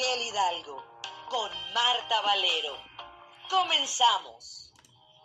Miguel Hidalgo, con Marta Valero. Comenzamos.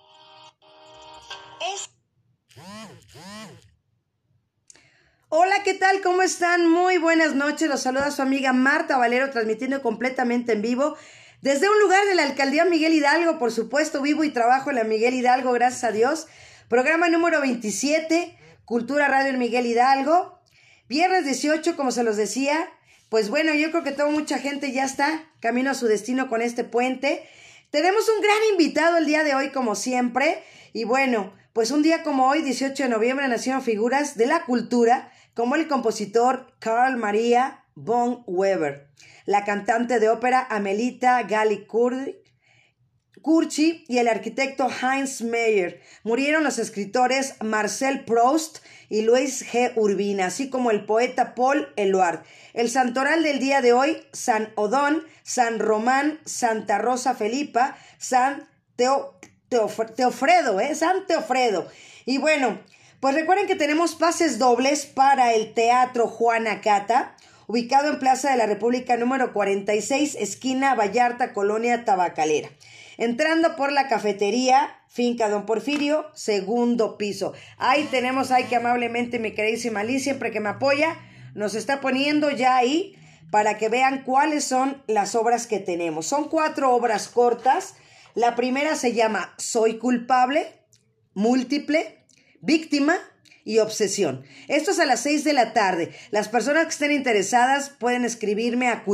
Hola, ¿qué tal? ¿Cómo están? Muy buenas noches. Los saluda su amiga Marta Valero, transmitiendo completamente en vivo desde un lugar de la Alcaldía Miguel Hidalgo. Por supuesto, vivo y trabajo en la Miguel Hidalgo, gracias a Dios. Programa número 27, Cultura Radio en Miguel Hidalgo. Viernes 18, como se los decía. Pues bueno, yo creo que toda mucha gente ya está camino a su destino con este puente. Tenemos un gran invitado el día de hoy, como siempre. Y bueno, pues un día como hoy, 18 de noviembre, nacieron figuras de la cultura como el compositor Carl Maria von Weber, la cantante de ópera Amelita Galli-Curci y el arquitecto Heinz Meyer. Murieron los escritores Marcel Proust y Luis G. Urbina, así como el poeta Paul Eluard. El santoral del día de hoy: San Odón, San Román, Santa Rosa Felipa, San Teofredo. Y bueno, pues recuerden que tenemos pases dobles para el Teatro Juana Cata, ubicado en Plaza de la República número 46, esquina Vallarta, Colonia Tabacalera. Entrando por la cafetería Finca Don Porfirio, segundo piso. Ahí tenemos, que amablemente mi queridísima Liz, siempre que me apoya, nos está poniendo ya ahí para que vean cuáles son las obras que tenemos. Son 4 obras cortas. La primera se llama Soy culpable, Múltiple, Víctima y Obsesión. Esto es a las 6 de la tarde. Las personas que estén interesadas pueden escribirme a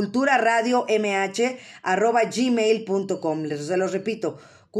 culturaradiomh@gmail.com. Se los repito,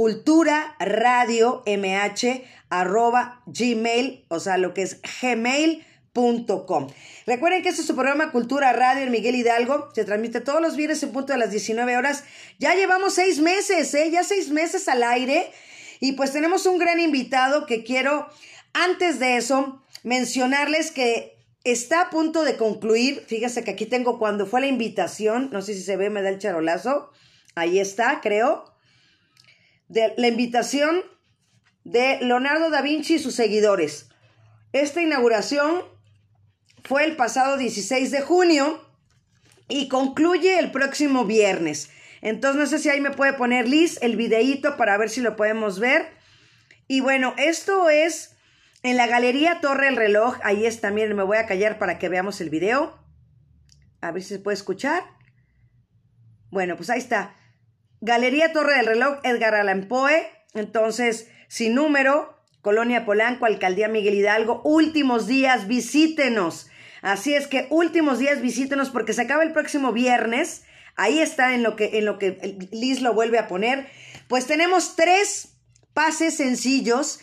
culturaradiomh@gmail, o sea, lo que es gmail.com. Recuerden que este es su programa Cultura Radio en Miguel Hidalgo. Se transmite todos los viernes en punto de las 19 horas. Ya llevamos 6 meses, ya 6 meses al aire. Y pues tenemos un gran invitado que quiero, antes de eso, mencionarles que está a punto de concluir. Fíjense que aquí tengo cuando fue la invitación. No sé si se ve, me da el charolazo. Ahí está, creo. De la invitación de Leonardo da Vinci y sus seguidores. Esta inauguración fue el pasado 16 de junio y concluye el próximo viernes. Entonces no sé si ahí me puede poner Liz el videíto para ver si lo podemos ver. Y bueno, esto es en la Galería Torre del Reloj. Ahí está, miren, me voy a callar para que veamos el video. A ver si se puede escuchar. Bueno, pues ahí está. Galería Torre del Reloj, Edgar Allan Poe. Entonces, sin número, Colonia Polanco, Alcaldía Miguel Hidalgo. Últimos días, visítenos. Así es que últimos días, visítenos porque se acaba el próximo viernes. Ahí está en lo que Liz lo vuelve a poner. Pues tenemos 3 pases sencillos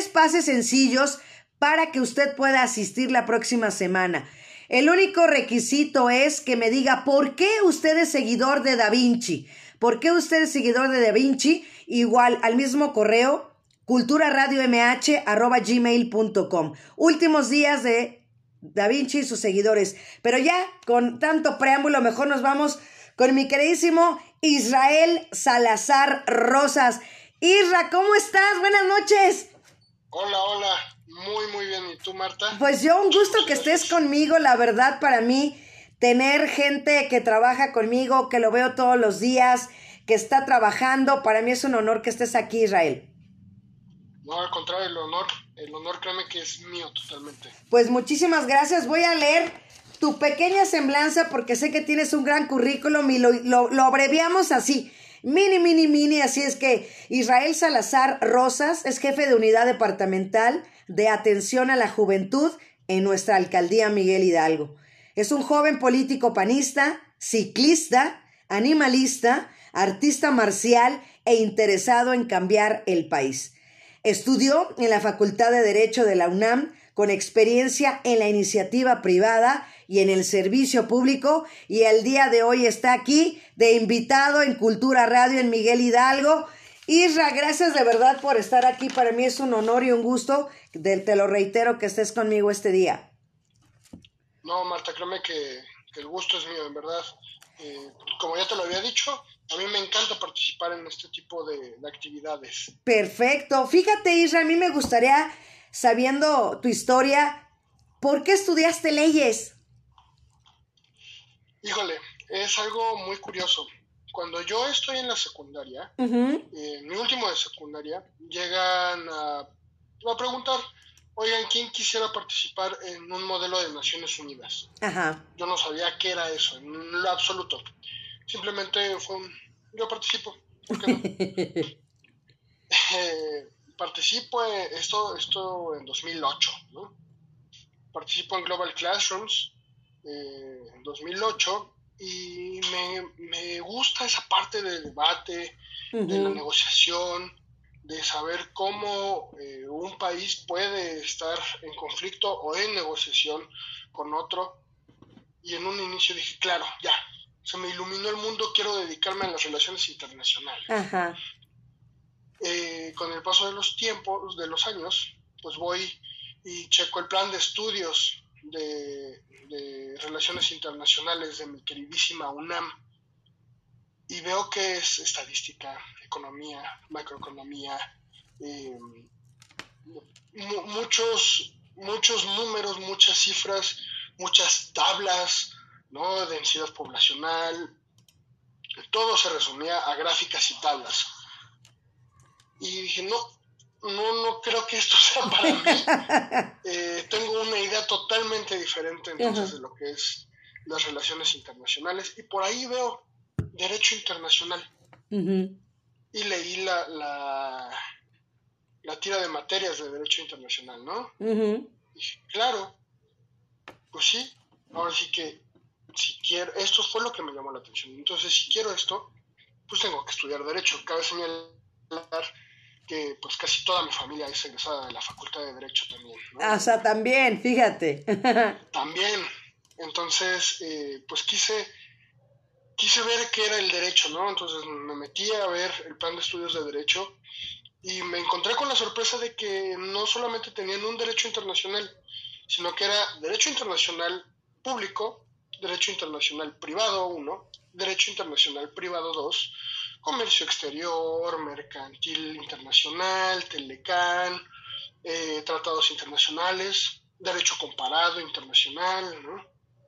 para que usted pueda asistir la próxima semana. El único requisito es que me diga por qué usted es seguidor de Da Vinci. ¿Por qué usted es seguidor de Da Vinci? Igual al mismo correo, culturaradiomh@gmail.com. Últimos días de Da Vinci y sus seguidores. Pero ya, con tanto preámbulo, mejor nos vamos con mi queridísimo Israel Salazar Rosas. Isra, ¿cómo estás? Buenas noches. Hola, muy bien. ¿Y tú, Marta? Pues yo, un gusto que estés conmigo, la verdad, para mí, tener gente que trabaja conmigo, que lo veo todos los días, que está trabajando, para mí es un honor que estés aquí, Israel. No, al contrario, el honor créeme que es mío totalmente. Pues muchísimas gracias. Voy a leer tu pequeña semblanza porque sé que tienes un gran currículum y lo abreviamos así, mini, así es que Israel Salazar Rosas es jefe de unidad departamental de atención a la juventud en nuestra Alcaldía Miguel Hidalgo. Es un joven político panista, ciclista, animalista, artista marcial e interesado en cambiar el país. Estudió en la Facultad de Derecho de la UNAM con experiencia en la iniciativa privada y en el servicio público, y el día de hoy está aquí de invitado en Cultura Radio en Miguel Hidalgo. Isra, gracias de verdad por estar aquí. Para mí es un honor y un gusto, te lo reitero, que estés conmigo este día. No, Marta, créeme que el gusto es mío, en verdad. Como ya te lo había dicho, a mí me encanta participar en este tipo de actividades. Perfecto. Fíjate, Isra, a mí me gustaría, sabiendo tu historia, ¿por qué estudiaste leyes? Híjole, es algo muy curioso. Cuando yo estoy en la secundaria, mi último de secundaria, llegan a preguntar, oigan, ¿quién quisiera participar en un modelo de Naciones Unidas? Ajá. Yo no sabía qué era eso, en lo absoluto. Simplemente fue yo participo, ¿por qué no? Participo en 2008, ¿no? Participo en Global Classrooms en 2008 y me gusta esa parte del debate, de la negociación, de saber cómo un país puede estar en conflicto o en negociación con otro. Y en un inicio dije, claro, ya, se me iluminó el mundo, quiero dedicarme a las relaciones internacionales. Ajá. Con el paso de los tiempos, de los años, pues voy y checo el plan de estudios de relaciones internacionales de mi queridísima UNAM y veo que es estadística, economía, macroeconomía, muchos números, muchas cifras, muchas tablas, ¿no? Densidad poblacional, todo se resumía a gráficas y tablas. Y dije, no creo que esto sea para mí. Tengo una idea totalmente diferente entonces de lo que es las relaciones internacionales. Y por ahí veo Derecho Internacional. Y leí la tira de materias de Derecho Internacional, ¿no? Y dije, claro, pues sí, ahora sí que si quiero, esto fue lo que me llamó la atención. Entonces, si quiero esto, pues tengo que estudiar Derecho. Cabe señalar que pues casi toda mi familia es egresada de la Facultad de Derecho también, ¿no? O sea, también, fíjate. También. Entonces, pues quise ver qué era el derecho, ¿no? Entonces me metí a ver el plan de estudios de Derecho y me encontré con la sorpresa de que no solamente tenían un derecho internacional, sino que era Derecho Internacional Público, Derecho Internacional Privado 1, Derecho Internacional Privado 2, Comercio Exterior, Mercantil Internacional, Telecán, Tratados Internacionales, Derecho Comparado Internacional, ¿no?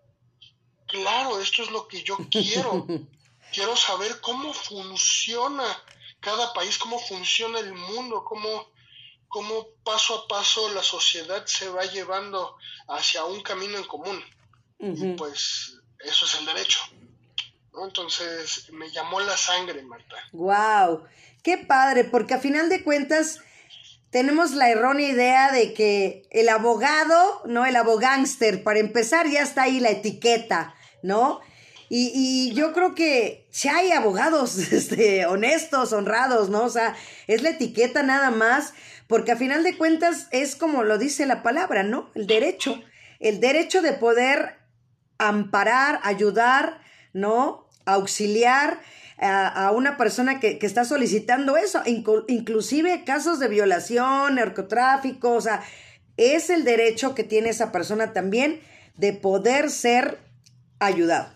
Claro, esto es lo que yo quiero. Quiero saber cómo funciona cada país, cómo funciona el mundo, cómo paso a paso la sociedad se va llevando hacia un camino en común. Y pues eso es el derecho, ¿no? Entonces me llamó la sangre, Marta. Wow, qué padre, porque a final de cuentas tenemos la errónea idea de que el abogado, ¿no? El abogánster, para empezar ya está ahí la etiqueta, ¿no? Y yo creo que si hay abogados honestos, honrados, ¿no? O sea, es la etiqueta nada más, porque a final de cuentas es como lo dice la palabra, ¿no? El derecho de poder amparar, ayudar, ¿no? Auxiliar a una persona que está solicitando eso, inclusive casos de violación, narcotráfico, o sea, es el derecho que tiene esa persona también de poder ser ayudado.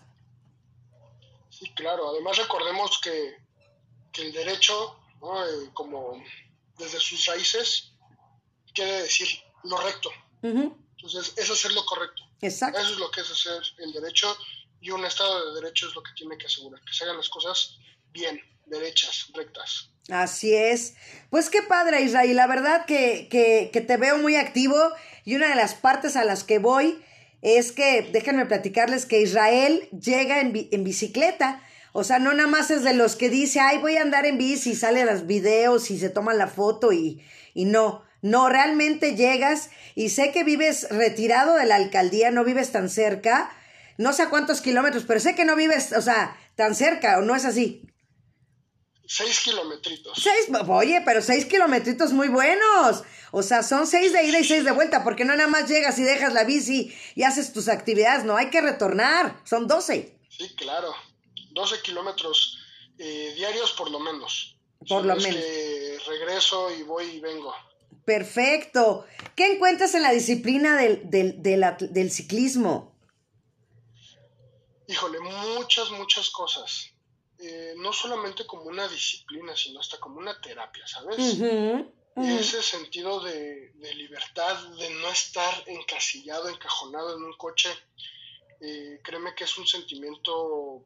Sí, claro, además recordemos que el derecho, ¿no? Como desde sus raíces, quiere decir lo recto. Entonces, es hacer lo correcto. Exacto. Eso es lo que es hacer el derecho, y un Estado de Derecho es lo que tiene que asegurar, que se hagan las cosas bien, derechas, rectas. Así es. Pues qué padre, Israel. La verdad que te veo muy activo, y una de las partes a las que voy es que, déjenme platicarles que Israel llega en bicicleta. O sea, no nada más es de los que dice, ay, voy a andar en bici, y sale a los videos y se toma la foto y no, realmente llegas, y sé que vives retirado de la alcaldía, no vives tan cerca, no sé a cuántos kilómetros, pero sé que no vives, o sea, tan cerca, ¿o no es así? 6 kilometritos. Oye, pero 6 kilometritos muy buenos. O sea, son 6 de ida y 6 de vuelta, porque no nada más llegas y dejas la bici y haces tus actividades, no, hay que retornar, son 12. Sí, claro, 12 kilómetros diarios por lo menos. Por lo menos. Que regreso y voy y vengo. Perfecto. ¿Qué encuentras en la disciplina del ciclismo? Híjole, muchas cosas. No solamente como una disciplina, sino hasta como una terapia, ¿sabes? Ese sentido de libertad, de no estar encasillado, encajonado en un coche, créeme que es un sentimiento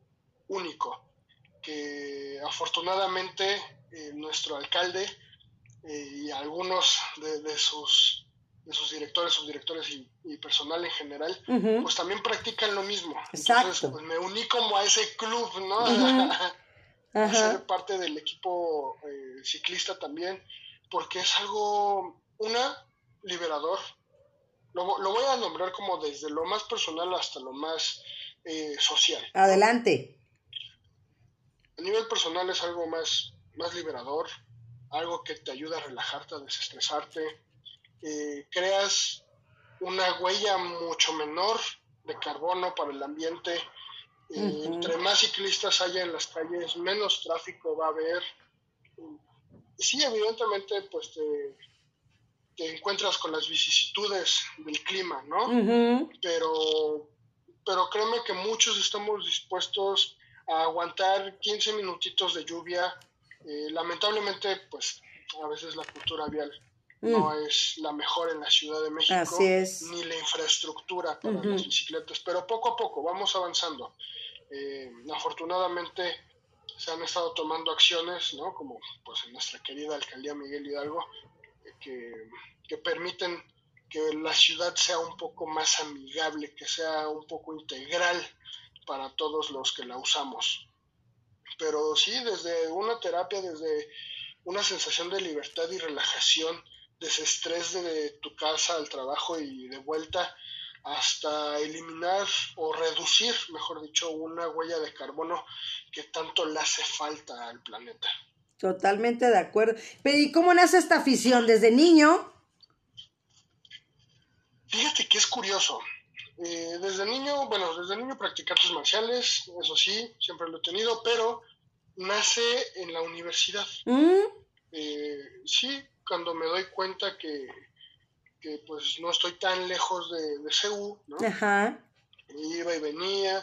único, que afortunadamente nuestro alcalde y algunos de sus directores, subdirectores y personal en general, Uh-huh. pues también practican lo mismo. Exacto. Entonces, pues me uní como a ese club, ¿no? Uh-huh. A ser parte del equipo ciclista también, porque es algo, liberador. Lo voy a nombrar como desde lo más personal hasta lo más social. Adelante. A nivel personal es algo más liberador, algo que te ayuda a relajarte, a desestresarte. Creas una huella mucho menor de carbono para el ambiente. Uh-huh. Entre más ciclistas haya en las calles, menos tráfico va a haber. Sí, evidentemente, pues te encuentras con las vicisitudes del clima, ¿no? Uh-huh. Pero créeme que muchos estamos dispuestos a aguantar 15 minutitos de lluvia. Lamentablemente, pues a veces la cultura vial no es la mejor en la Ciudad de México. Así es. Ni la infraestructura para las bicicletas, pero poco a poco vamos avanzando. Afortunadamente se han estado tomando acciones, ¿no? Como pues en nuestra querida alcaldía Miguel Hidalgo, que permiten que la ciudad sea un poco más amigable, que sea un poco integral para todos los que la usamos. Pero sí, desde una terapia, desde una sensación de libertad y relajación, desestrés de tu casa al trabajo y de vuelta, hasta eliminar o reducir, mejor dicho, una huella de carbono que tanto le hace falta al planeta. Totalmente de acuerdo. Pero ¿y cómo nace esta afición? ¿Desde niño? Fíjate que es curioso. Desde niño practiqué artes marciales, eso sí, siempre lo he tenido, pero nace en la universidad. Sí, cuando me doy cuenta que pues no estoy tan lejos de CEU, ¿no? Ajá. Iba y venía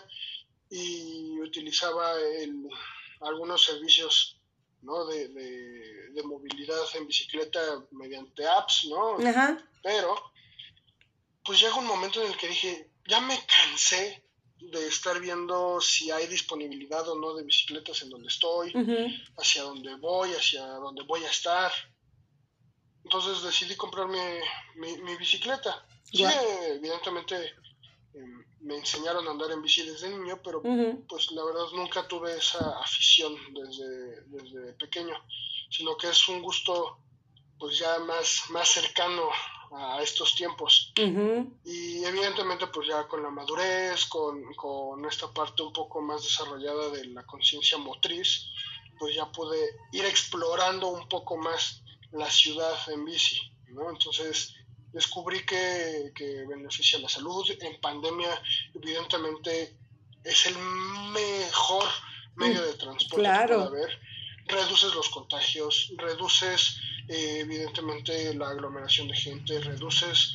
y utilizaba algunos servicios, ¿no? de movilidad en bicicleta mediante apps, ¿no? Ajá. Pero pues llega un momento en el que dije, ya me cansé de estar viendo si hay disponibilidad o no de bicicletas en donde estoy, hacia dónde voy a estar. Entonces decidí comprarme mi bicicleta. Sí, evidentemente me enseñaron a andar en bici desde niño, pero pues la verdad nunca tuve esa afición desde pequeño, sino que es un gusto pues ya más cercano a estos tiempos. Y evidentemente pues ya con la madurez, con esta parte un poco más desarrollada de la conciencia motriz, pues ya pude ir explorando un poco más la ciudad en bici, ¿no? Entonces descubrí que beneficia la salud. En pandemia evidentemente es el mejor medio de transporte que puede haber. Reduces los contagios, reduces evidentemente la aglomeración de gente, reduces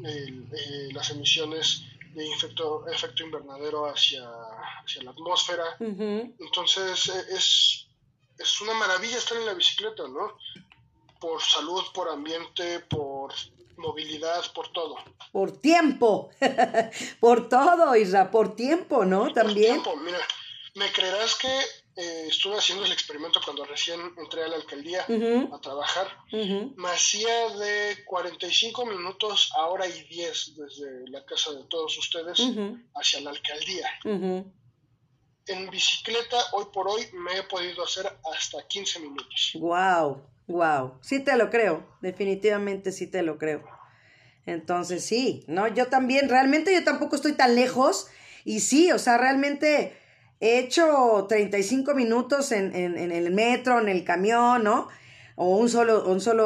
las emisiones de efecto invernadero hacia la atmósfera. Entonces es una maravilla estar en la bicicleta, ¿no? Por salud, por ambiente, por movilidad, por todo. Por tiempo, por todo, Isra, por tiempo, ¿no? También. Por tiempo, mira, me creerás que estuve haciendo el experimento cuando recién entré a la alcaldía a trabajar. Me hacía de 45 minutos a hora y 10 desde la casa de todos ustedes hacia la alcaldía. En bicicleta, hoy por hoy, me he podido hacer hasta 15 minutos. Wow. Sí te lo creo, definitivamente sí te lo creo. Entonces sí, ¿no? Yo también, realmente yo tampoco estoy tan lejos. Y sí, o sea, realmente he hecho 35 minutos en el metro, en el camión, ¿no? O un solo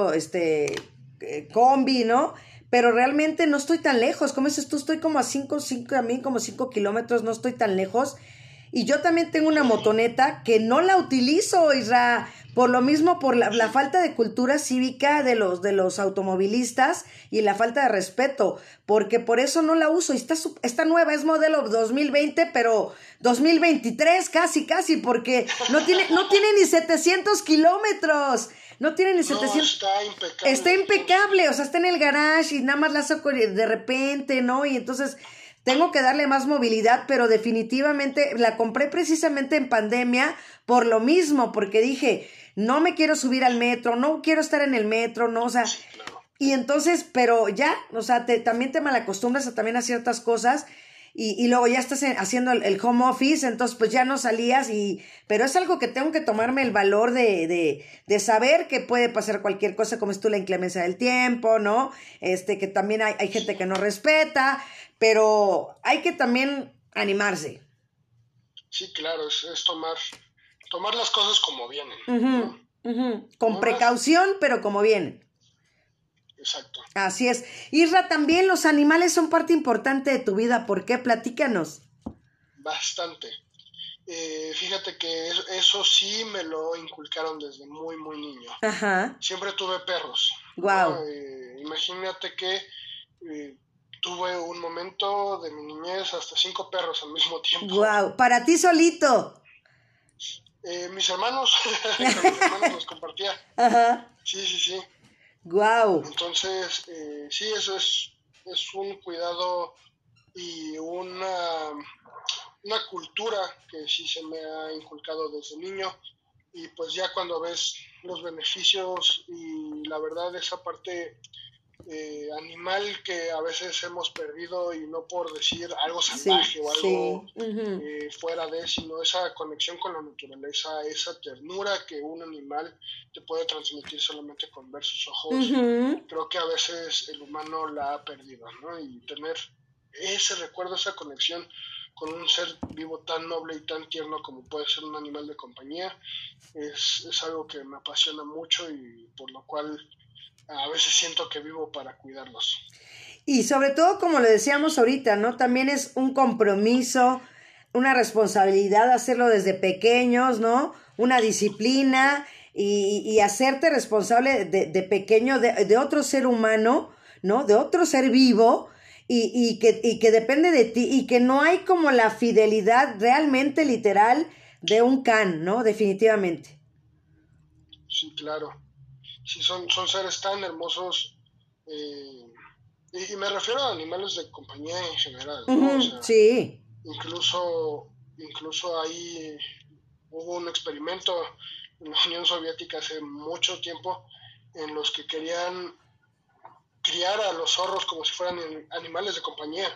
combi, ¿no? Pero realmente no estoy tan lejos. Como dices tú, estoy como a 5 kilómetros, no estoy tan lejos. Y yo también tengo una motoneta que no la utilizo, Isra, por lo mismo, por la falta de cultura cívica de los automovilistas y la falta de respeto, porque por eso no la uso. Y está nueva, es modelo 2020, pero 2023 casi, porque no tiene ni 700 kilómetros. No tiene ni 700. Está impecable. Está impecable, o sea, está en el garage y nada más la saco de repente, ¿no? Y entonces tengo que darle más movilidad, pero definitivamente la compré precisamente en pandemia por lo mismo, porque dije, no me quiero subir al metro, no quiero estar en el metro, no, o sea, y entonces, pero ya, o sea, también te malacostumbras también a ciertas cosas. Y luego ya estás haciendo el home office, entonces pues ya no salías, pero es algo que tengo que tomarme el valor de saber que puede pasar cualquier cosa, como es tú la inclemencia del tiempo, ¿no? Que también hay gente que no respeta, pero hay que también animarse. Sí, claro, es tomar las cosas como vienen. Uh-huh, uh-huh. Con precaución, pero como vienen. Exacto. Así es. Isra, también los animales son parte importante de tu vida. ¿Por qué? Platícanos. Bastante. Fíjate que eso sí me lo inculcaron desde muy, muy niño. Ajá. Siempre tuve perros. Wow. ¿No? Imagínate que tuve un momento de mi niñez hasta 5 perros al mismo tiempo. Wow. Para ti solito. Mis hermanos, con mis hermanos los compartía. Ajá. Sí. Wow. Entonces, sí, eso es un cuidado y una cultura que sí se me ha inculcado desde niño, y pues ya cuando ves los beneficios y la verdad esa parte animal que a veces hemos perdido, y no por decir algo salvaje o algo fuera de, sino esa conexión con la naturaleza, esa ternura que un animal te puede transmitir solamente con ver sus ojos. Creo que a veces el humano la ha perdido, ¿no? Y tener ese recuerdo, esa conexión con un ser vivo tan noble y tan tierno como puede ser un animal de compañía, es algo que me apasiona mucho y por lo cual a veces siento que vivo para cuidarlos. Y sobre todo, como lo decíamos ahorita, ¿no? También es un compromiso, una responsabilidad hacerlo desde pequeños, ¿no? Una disciplina y hacerte responsable de pequeño de otro ser humano, ¿no? De otro ser vivo y que depende de ti y que no hay como la fidelidad realmente literal de un can, ¿no? Definitivamente. Sí, claro. Sí, son seres tan hermosos, y me refiero a animales de compañía en general, ¿no? O sea, sí. Incluso ahí hubo un experimento en la Unión Soviética hace mucho tiempo en los que querían criar a los zorros como si fueran animales de compañía.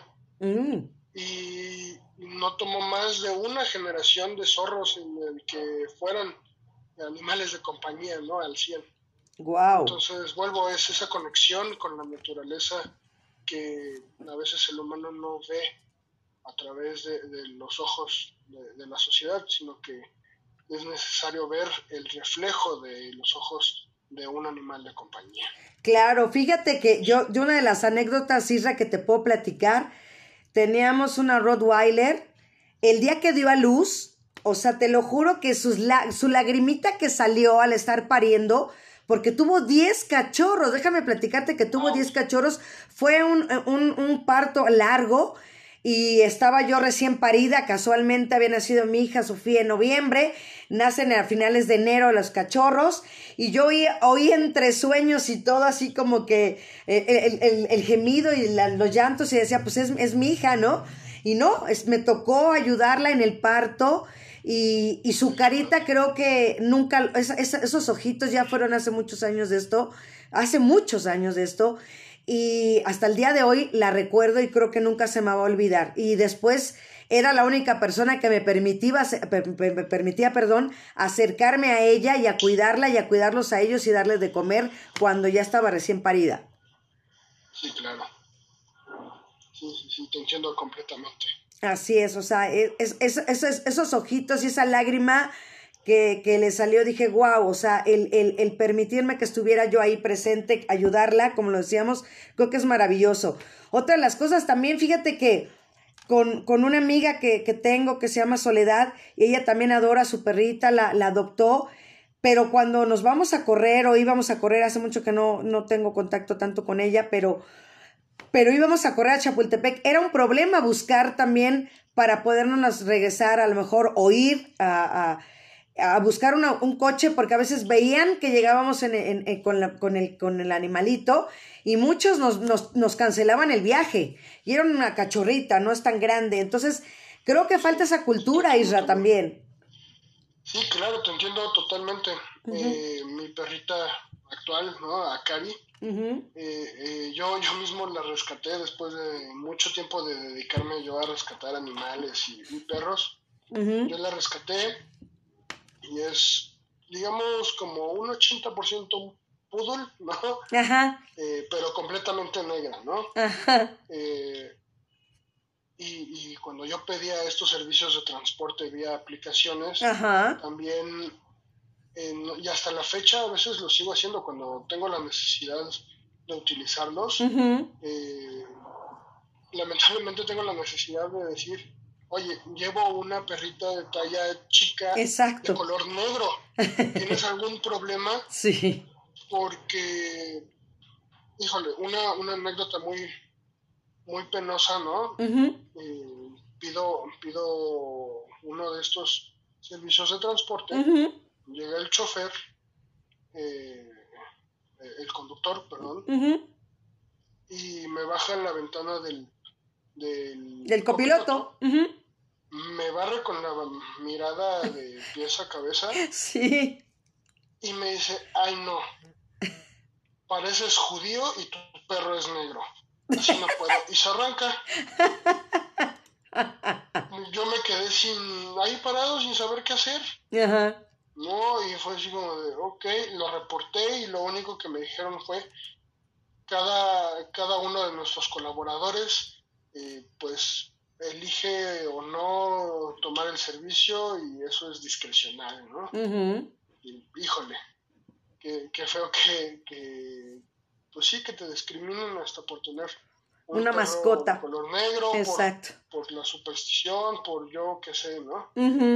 Y no tomó más de una generación de zorros en el que fueran animales de compañía, ¿no? Al 100. Wow. Entonces, es esa conexión con la naturaleza que a veces el humano no ve a través de los ojos de la sociedad, sino que es necesario ver el reflejo de los ojos de un animal de compañía. Claro, fíjate que yo una de las anécdotas, Isra, que te puedo platicar, teníamos una Rottweiler, el día que dio a luz, o sea, te lo juro que su lagrimita que salió al estar pariendo, porque tuvo 10 cachorros, déjame platicarte que tuvo 10 cachorros, fue un parto largo, y estaba yo recién parida, casualmente había nacido mi hija Sofía en noviembre, nacen a finales de enero los cachorros, y yo oí entre sueños y todo así como que el gemido y los llantos, y decía, pues es mi hija, ¿no? Y no, me tocó ayudarla en el parto, y su carita creo que nunca, esos ojitos ya fueron hace muchos años de esto, y hasta el día de hoy la recuerdo y creo que nunca se me va a olvidar. Y después era la única persona que me permitía, acercarme a ella y a cuidarla y a cuidarlos a ellos y darles de comer cuando ya estaba recién parida. Sí, claro. Sí, te entiendo completamente. Así es, o sea, esos ojitos y esa lágrima que le salió, dije, wow, o sea, el permitirme que estuviera yo ahí presente, ayudarla, como lo decíamos, creo que es maravilloso. Otra de las cosas también, fíjate que con una amiga que tengo que se llama Soledad, y ella también adora a su perrita, la adoptó, pero cuando nos vamos a correr o íbamos a correr, hace mucho que no tengo contacto tanto con ella, pero íbamos a correr a Chapultepec, era un problema buscar también para podernos regresar, a lo mejor, o ir a buscar un coche porque a veces veían que llegábamos con el animalito y muchos nos cancelaban el viaje y era una cachorrita, no es tan grande. Entonces, creo que falta esa cultura, Isra, también. Sí, claro, te entiendo totalmente. Mi perrita actual, ¿no? Akari, yo mismo la rescaté después de mucho tiempo de dedicarme yo a rescatar animales y perros. Yo la rescaté y es, digamos, como un 80% poodle, ¿no? Ajá. Pero completamente negra, ¿no? Ajá. Y cuando yo pedía estos servicios de transporte vía aplicaciones, Ajá. también, y hasta la fecha a veces lo sigo haciendo cuando tengo la necesidad de utilizarlos. Lamentablemente tengo la necesidad de decir, oye, llevo una perrita de talla chica. Exacto. De color negro. ¿Tienes algún problema? Sí. Porque, híjole, una anécdota muy, muy penosa, ¿no? Pido uno de estos servicios de transporte. Llega el chofer, el conductor, perdón, y me baja en la ventana del copiloto. Me barre con la mirada de pies a cabeza. Sí. Y me dice, ay no, pareces judío y tu perro es negro. Así no puedo. Y se arranca. Yo me quedé ahí parado sin saber qué hacer. Ajá. No, y fue así como de, ok, lo reporté y lo único que me dijeron fue, cada uno de nuestros colaboradores, pues, elige o no tomar el servicio y eso es discrecional, ¿no? Y, híjole, qué feo que, pues sí, que te discriminen hasta por tener una mascota de color negro. Exacto. Por la superstición, por yo qué sé, ¿no?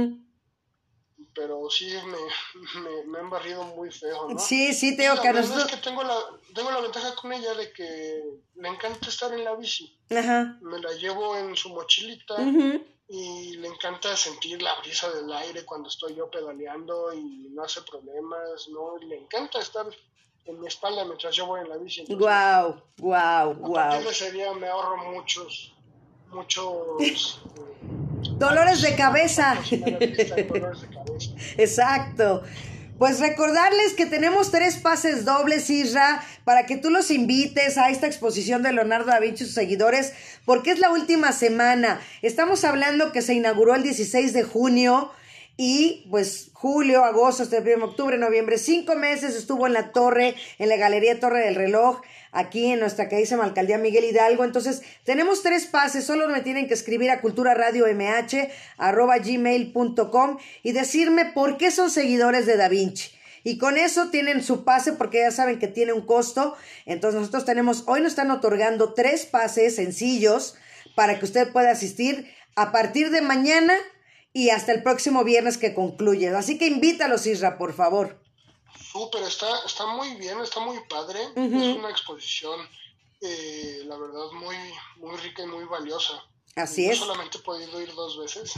Pero sí me han barrido muy feo, ¿no? Sí, te digo que la verdad es que tengo la ventaja con ella de que le encanta estar en la bici. Ajá. Me la llevo en su mochilita y le encanta sentir la brisa del aire cuando estoy yo pedaleando y no hace problemas, ¿no? Le encanta estar en mi espalda mientras yo voy en la bici. Entonces, wow. A partir de ese día me ahorro muchos dolores de cabeza. Dolores de cabeza. Exacto. Pues recordarles que tenemos 3 pases dobles, Isra, para que tú los invites a esta exposición de Leonardo da Vinci y sus seguidores, porque es la última semana. Estamos hablando que se inauguró el 16 de junio y pues julio, agosto, septiembre, octubre, noviembre, 5 meses estuvo en la torre, en la Galería Torre del Reloj, aquí en nuestra queridísima alcaldía Miguel Hidalgo. Entonces, tenemos 3 pases, solo me tienen que escribir a culturaradiomh@gmail.com y decirme por qué son seguidores de Da Vinci. Y con eso tienen su pase, porque ya saben que tiene un costo. Entonces, hoy nos están otorgando 3 pases sencillos para que usted pueda asistir a partir de mañana y hasta el próximo viernes que concluye. Así que invítalos, Isra, por favor. Súper, está muy bien, está muy padre. Es una exposición, la verdad, muy, muy rica y muy valiosa. Así es. Yo solamente he podido ir 2 veces.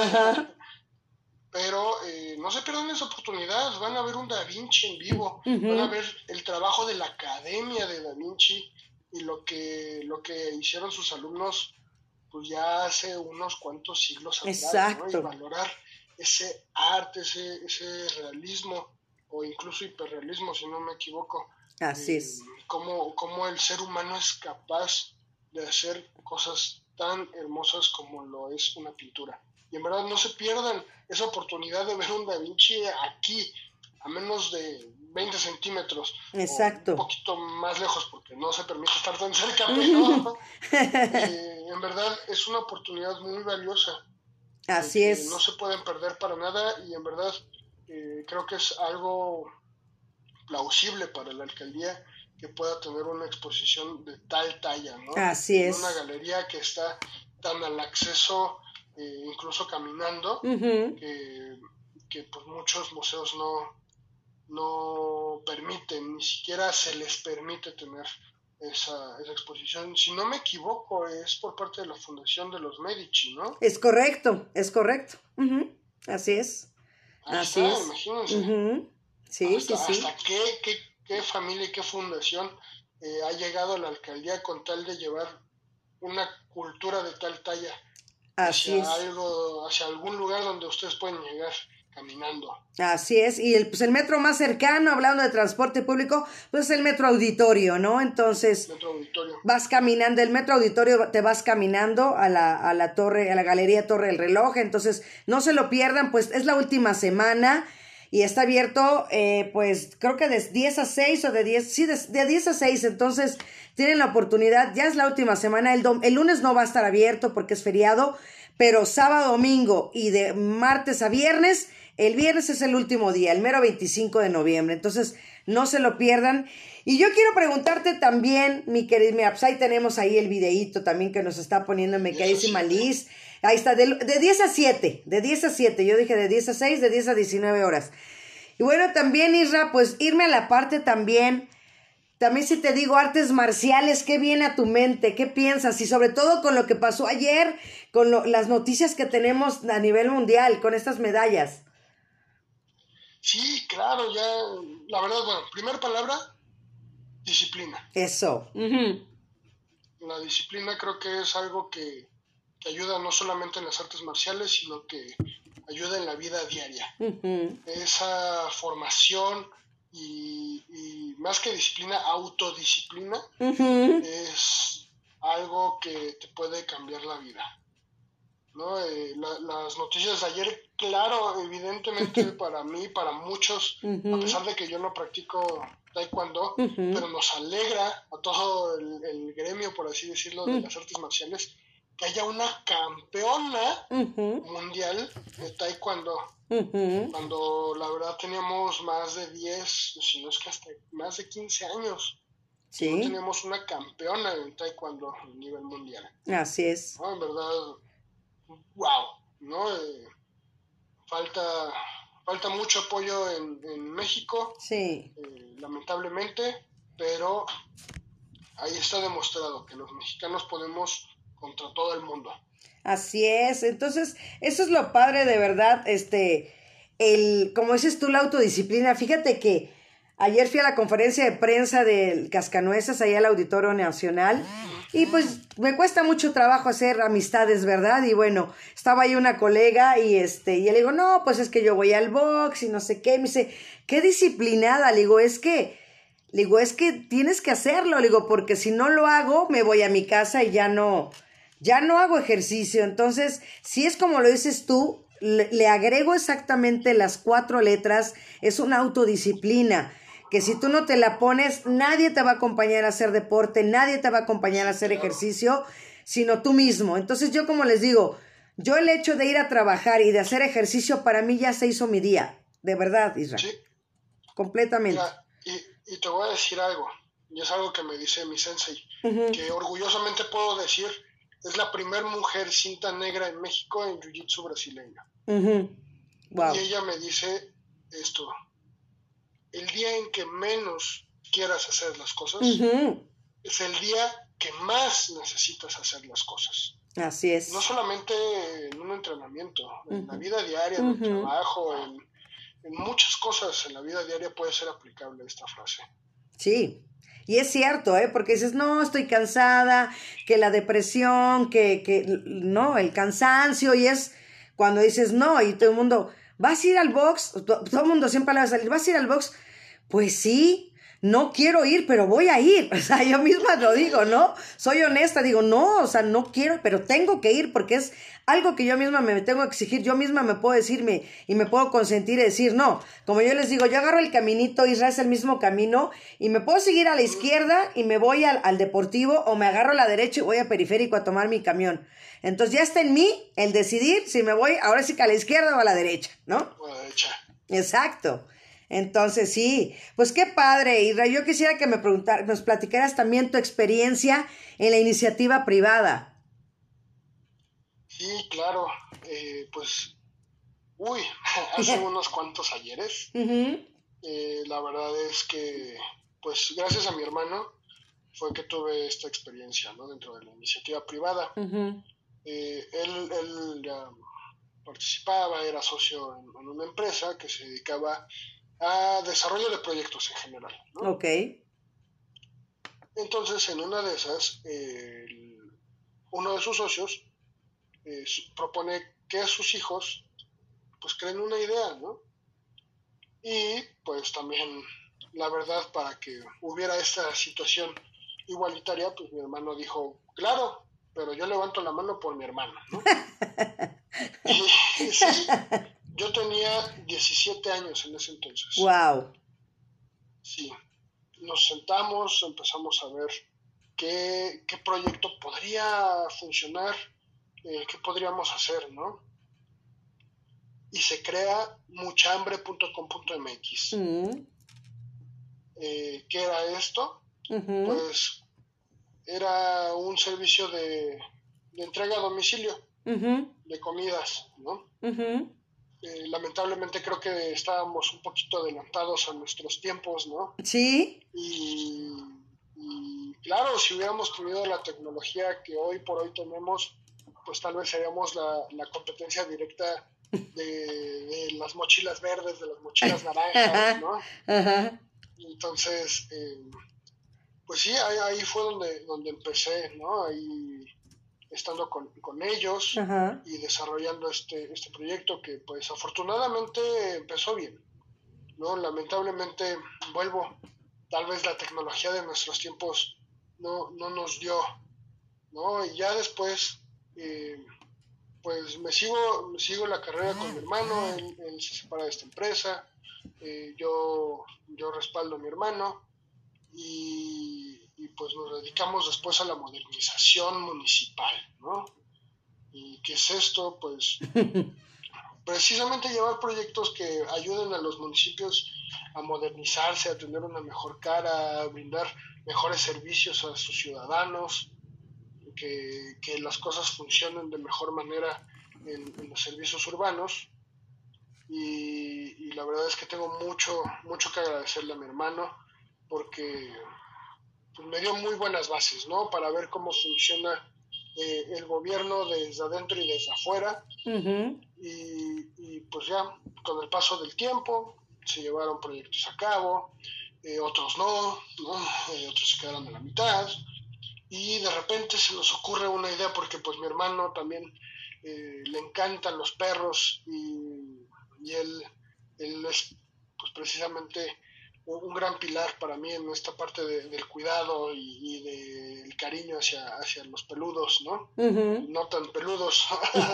Pero no se pierdan esa oportunidad. Van a ver un Da Vinci en vivo. Van a ver el trabajo de la Academia de Da Vinci y lo que hicieron sus alumnos pues ya hace unos cuantos siglos atrás. Exacto. ¿no? Y valorar ese arte, ese realismo o incluso hiperrealismo, si no me equivoco. Así es. Cómo el ser humano es capaz de hacer cosas tan hermosas como lo es una pintura. Y en verdad no se pierdan esa oportunidad de ver un Da Vinci aquí, a menos de 20 centímetros. Exacto. Un poquito más lejos, porque no se permite estar tan cerca, pero en verdad es una oportunidad muy valiosa. Así es. No se pueden perder para nada y en verdad creo que es algo plausible para la alcaldía que pueda tener una exposición de tal talla, ¿no? Así es. Una galería que está tan al acceso, incluso caminando, que pues muchos museos no permiten, ni siquiera se les permite tener esa exposición. Si no me equivoco, es por parte de la Fundación de los Medici, ¿no? Es correcto. Así es. Ahí Así está, es. imagínense. Sí, Hasta qué familia y qué fundación ha llegado a la alcaldía con tal de llevar una cultura de tal talla así hacia es. hacia algún lugar donde ustedes pueden llegar caminando. Así es, y el metro más cercano, hablando de transporte público, pues es el Metro Auditorio, ¿no? Entonces, Metro Auditorio. vas caminando, el Metro Auditorio te vas caminando a la torre, a la Galería Torre del Reloj, entonces no se lo pierdan, pues es la última semana y está abierto, pues creo que de 10 a 6 o de 10, sí, de 10 a 6, entonces tienen la oportunidad, ya es la última semana, el lunes no va a estar abierto porque es feriado, pero sábado, domingo y de martes a viernes, el viernes es el último día, el mero 25 de noviembre, entonces no se lo pierdan. Y yo quiero preguntarte también, mi querida, mira, pues ahí tenemos ahí el videíto también que nos está poniendo mi queridísima Liz. Ahí está, de 10 a 7, de 10 a 7, yo dije de 10 a 6, de 10 a 19 horas. Y bueno, también, Isra, pues irme a la parte también si te digo artes marciales, ¿qué viene a tu mente? ¿Qué piensas? Y sobre todo con lo que pasó ayer, con las noticias que tenemos a nivel mundial, con estas medallas. Sí, claro, ya, la verdad, bueno, primera palabra, disciplina. Eso. La disciplina creo que es algo que ayuda no solamente en las artes marciales, sino que ayuda en la vida diaria. Esa formación y más que disciplina, autodisciplina es algo que te puede cambiar la vida, ¿no? Las noticias de ayer, claro, evidentemente para mí, para muchos, a pesar de que yo no practico taekwondo, pero nos alegra a todo el gremio, por así decirlo, de las artes marciales, que haya una campeona mundial de taekwondo, cuando la verdad teníamos más de 10, si no es que hasta más de 15 años, sí, no teníamos una campeona en taekwondo a nivel mundial. Así es. ¿No? En verdad, wow, ¿no? Falta mucho apoyo en México, sí, lamentablemente, pero ahí está demostrado que los mexicanos podemos contra todo el mundo. Así es, entonces, eso es lo padre de verdad, como dices tú, la autodisciplina. Fíjate que ayer fui a la conferencia de prensa del Cascanueces, allá al Auditorio Nacional, y pues me cuesta mucho trabajo hacer amistades, ¿verdad? Y bueno, estaba ahí una colega y y yo le digo, no, pues es que yo voy al box y no sé qué, me dice, qué disciplinada, le digo, es que tienes que hacerlo, le digo, porque si no lo hago, me voy a mi casa y ya no hago ejercicio. Entonces, si es como lo dices tú, le agrego exactamente las 4 letras, es una autodisciplina, que si tú no te la pones, nadie te va a acompañar a hacer deporte, nadie te va a acompañar a hacer ejercicio, sino tú mismo. Entonces, yo como les digo, yo el hecho de ir a trabajar y de hacer ejercicio, para mí ya se hizo mi día, de verdad, Israel. Sí. Completamente. Mira, y te voy a decir algo, y es algo que me dice mi sensei, que orgullosamente puedo decir, es la primera mujer cinta negra en México en jiu-jitsu brasileño. Wow. Y ella me dice esto, el día en que menos quieras hacer las cosas, es el día que más necesitas hacer las cosas. Así es. No solamente en un entrenamiento, en la vida diaria, en el trabajo, en muchas cosas en la vida diaria puede ser aplicable esta frase. Sí, y es cierto, porque dices, no, estoy cansada, que la depresión, que no, el cansancio, y es cuando dices, no, y todo el mundo, ¿vas a ir al box? Todo el mundo siempre le va a salir, ¿vas a ir al box? Pues sí, no quiero ir, pero voy a ir. O sea, yo misma lo digo, ¿no? Soy honesta, digo, no, o sea, no quiero, pero tengo que ir porque es algo que yo misma me tengo que exigir. Yo misma me puedo decirme y me puedo consentir y decir, no. Como yo les digo, yo agarro el caminito, Israel es el mismo camino y me puedo seguir a la izquierda y me voy al deportivo, o me agarro a la derecha y voy a periférico a tomar mi camión. Entonces ya está en mí el decidir si me voy ahora sí que a la izquierda o a la derecha, ¿no? A la derecha. Exacto. Entonces, sí, pues qué padre, Isra. Yo quisiera que nos platicaras también tu experiencia en la iniciativa privada. Sí, claro. Pues, hace unos cuantos ayeres. La verdad es que, pues, gracias a mi hermano fue que tuve esta experiencia, ¿no? Dentro de la iniciativa privada. Él participaba, era socio en una empresa que se dedicaba a desarrollo de proyectos en general, ¿no? Ok. Entonces, en una de esas, uno de sus socios propone que sus hijos pues creen una idea, ¿no? Y pues también, la verdad, para que hubiera esta situación igualitaria, pues mi hermano dijo, claro, pero yo levanto la mano por mi hermano, ¿no? Y sí, yo tenía 17 años en ese entonces. Wow. Sí, nos sentamos, empezamos a ver qué proyecto podría funcionar, qué podríamos hacer, ¿no? Y se crea muchahambre.com.mx. ¿Qué era esto? Uh-huh. Pues era un servicio de entrega a domicilio, uh-huh, de comidas, ¿no? Uh-huh. Lamentablemente creo que estábamos un poquito adelantados a nuestros tiempos, ¿no? Sí. Y claro, si hubiéramos tenido la tecnología que hoy por hoy tenemos, pues tal vez seríamos la competencia directa de las mochilas verdes, de las mochilas naranjas, ¿no? Ajá. Entonces, pues sí, ahí fue donde empecé, ¿no? Ahí estando con ellos. Ajá. Y desarrollando este proyecto que pues afortunadamente empezó bien, ¿no? Lamentablemente, vuelvo, tal vez la tecnología de nuestros tiempos no nos dio, ¿no? Y ya después, pues me sigo la carrera con mi hermano, él se separa de esta empresa, yo respaldo a mi hermano y pues nos dedicamos después a la modernización municipal, ¿no? ¿Y qué es esto? Pues precisamente llevar proyectos que ayuden a los municipios a modernizarse, a tener una mejor cara, a brindar mejores servicios a sus ciudadanos, que las cosas funcionen de mejor manera en los servicios urbanos. Y la verdad es que tengo mucho que agradecerle a mi hermano porque pues, me dio muy buenas bases, ¿no? Para ver cómo funciona el gobierno desde adentro y desde afuera. Uh-huh. Y pues ya con el paso del tiempo se llevaron proyectos a cabo, otros no, otros se quedaron a la mitad y de repente se nos ocurre una idea porque pues mi hermano también le encantan los perros y él es pues precisamente un gran pilar para mí en esta parte del cuidado y del cariño hacia los peludos, ¿no? Uh-huh. No tan peludos.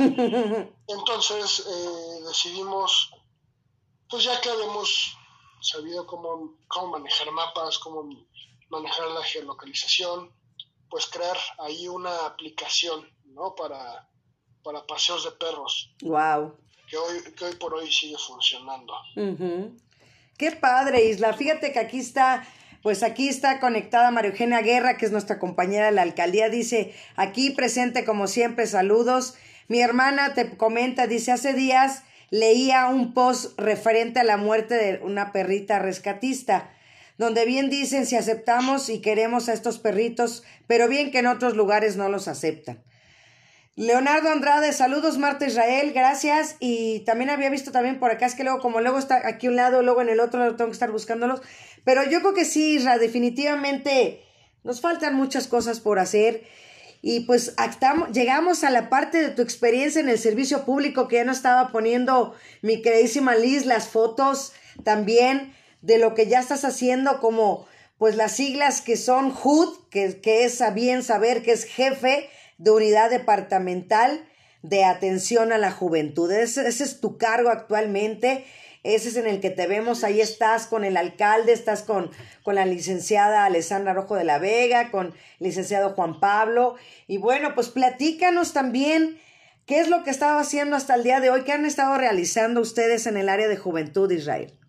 Entonces decidimos, pues ya que habíamos sabido cómo manejar mapas, cómo manejar la geolocalización, pues crear ahí una aplicación, ¿no? Para paseos de perros. Wow. Que hoy por hoy sigue funcionando. Uh-huh. Qué padre, Isla. Fíjate que aquí está conectada María Eugenia Guerra, que es nuestra compañera de la alcaldía. Dice, aquí presente como siempre, saludos. Mi hermana te comenta, dice, hace días leía un post referente a la muerte de una perrita rescatista, donde bien dicen si aceptamos y queremos a estos perritos, pero bien que en otros lugares no los aceptan. Leonardo Andrade, saludos Marta Israel, gracias. Y también había visto también por acá, es que luego está aquí un lado, luego en el otro lado tengo que estar buscándolos. Pero yo creo que sí, Isra, definitivamente nos faltan muchas cosas por hacer. Y pues llegamos a la parte de tu experiencia en el servicio público, que ya nos estaba poniendo mi queridísima Liz las fotos también de lo que ya estás haciendo, como pues las siglas que son HUD, que es a bien saber que es Jefe de Unidad Departamental de Atención a la Juventud. Ese es tu cargo actualmente, ese es en el que te vemos, ahí estás con el alcalde, estás con la licenciada Alessandra Rojo de la Vega, con el licenciado Juan Pablo, y bueno, pues platícanos también qué es lo que estaba haciendo hasta el día de hoy, qué han estado realizando ustedes en el área de juventud, Israel.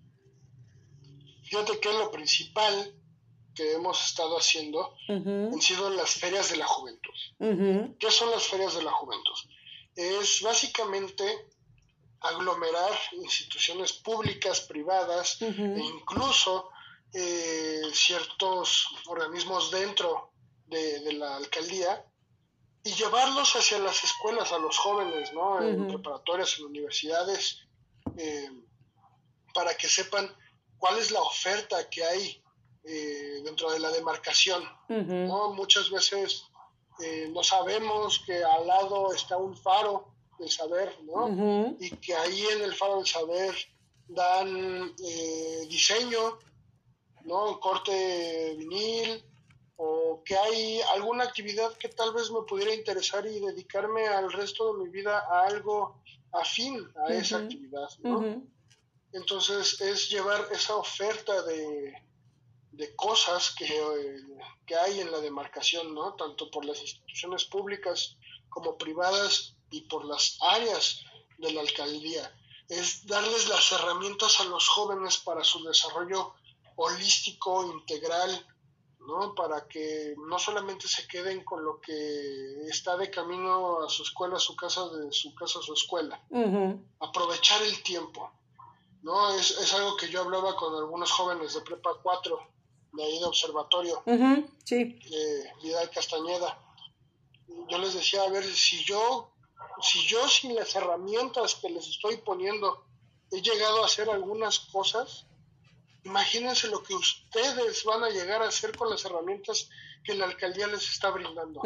Fíjate que lo principal que hemos estado haciendo Uh-huh. han sido las ferias de la juventud. Uh-huh. ¿Qué son las ferias de la juventud? Es básicamente aglomerar instituciones públicas, privadas, Uh-huh. e incluso ciertos organismos dentro de la alcaldía y llevarlos hacia las escuelas, a los jóvenes, ¿no? En preparatorias, en universidades, eh, para que sepan cuál es la oferta que hay dentro de la demarcación, ¿no? Muchas veces no sabemos que al lado está un faro del saber, ¿no? Y que ahí en el faro del saber dan diseño, ¿no? Corte vinil, o que hay alguna actividad que tal vez me pudiera interesar y dedicarme al resto de mi vida a algo afín a esa actividad, ¿no? Entonces es llevar esa oferta de cosas que hay en la demarcación, ¿no? Tanto por las instituciones públicas como privadas y por las áreas de la alcaldía. Es darles las herramientas a los jóvenes para su desarrollo holístico, integral, ¿no? Para que no solamente se queden con lo que está de camino a su escuela, a su casa, de su casa a su escuela. Aprovechar el tiempo, ¿no? Es algo que yo hablaba con algunos jóvenes de Prepa 4, de ahí de Observatorio, sí. Vidal Castañeda. Yo les decía, a ver, si yo sin las herramientas que les estoy poniendo he llegado a hacer algunas cosas, imagínense lo que ustedes van a llegar a hacer con las herramientas que la alcaldía les está brindando.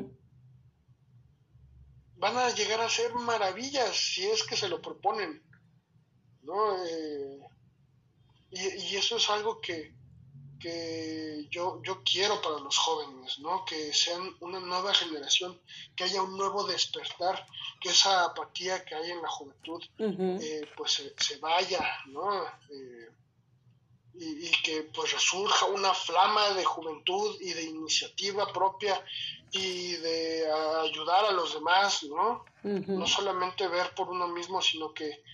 Van a llegar a hacer maravillas si es que se lo proponen, ¿no? Y eso es algo que yo quiero para los jóvenes, ¿no? Que sean una nueva generación, que haya un nuevo despertar, que esa apatía que hay en la juventud pues se vaya, ¿no? Y que pues resurja una flama de juventud y de iniciativa propia y de ayudar a los demás, ¿no? No solamente ver por uno mismo, sino que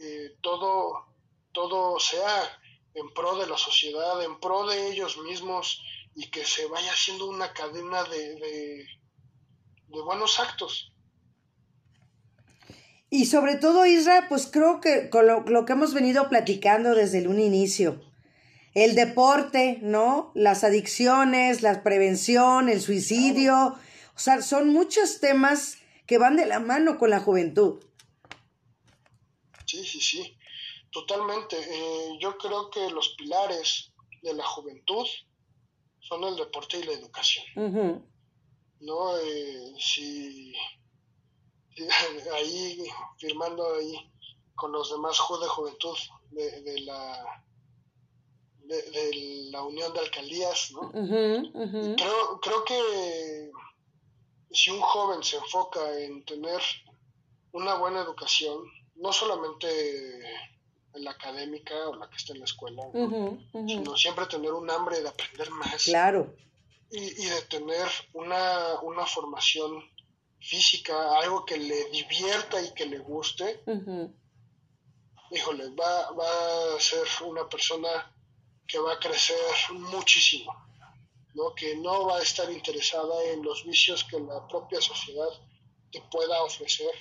todo sea en pro de la sociedad, en pro de ellos mismos, y que se vaya haciendo una cadena de buenos actos. Y sobre todo, Isra, pues creo que con lo que hemos venido platicando desde un inicio, el deporte, ¿no? Las adicciones, la prevención, el suicidio, o sea, son muchos temas que van de la mano con la juventud. Sí, totalmente. Yo creo que los pilares de la juventud son el deporte y la educación. ¿No? Si ahí firmando ahí con los demás de juventud de la Unión de Alcaldías, ¿no? Creo que si un joven se enfoca en tener una buena educación, no solamente en la académica o la que está en la escuela, sino siempre tener un hambre de aprender más. Claro. Y de tener una formación física, algo que le divierta y que le guste, híjole, va a ser una persona que va a crecer muchísimo, ¿no? Que no va a estar interesada en los vicios que la propia sociedad te pueda ofrecer.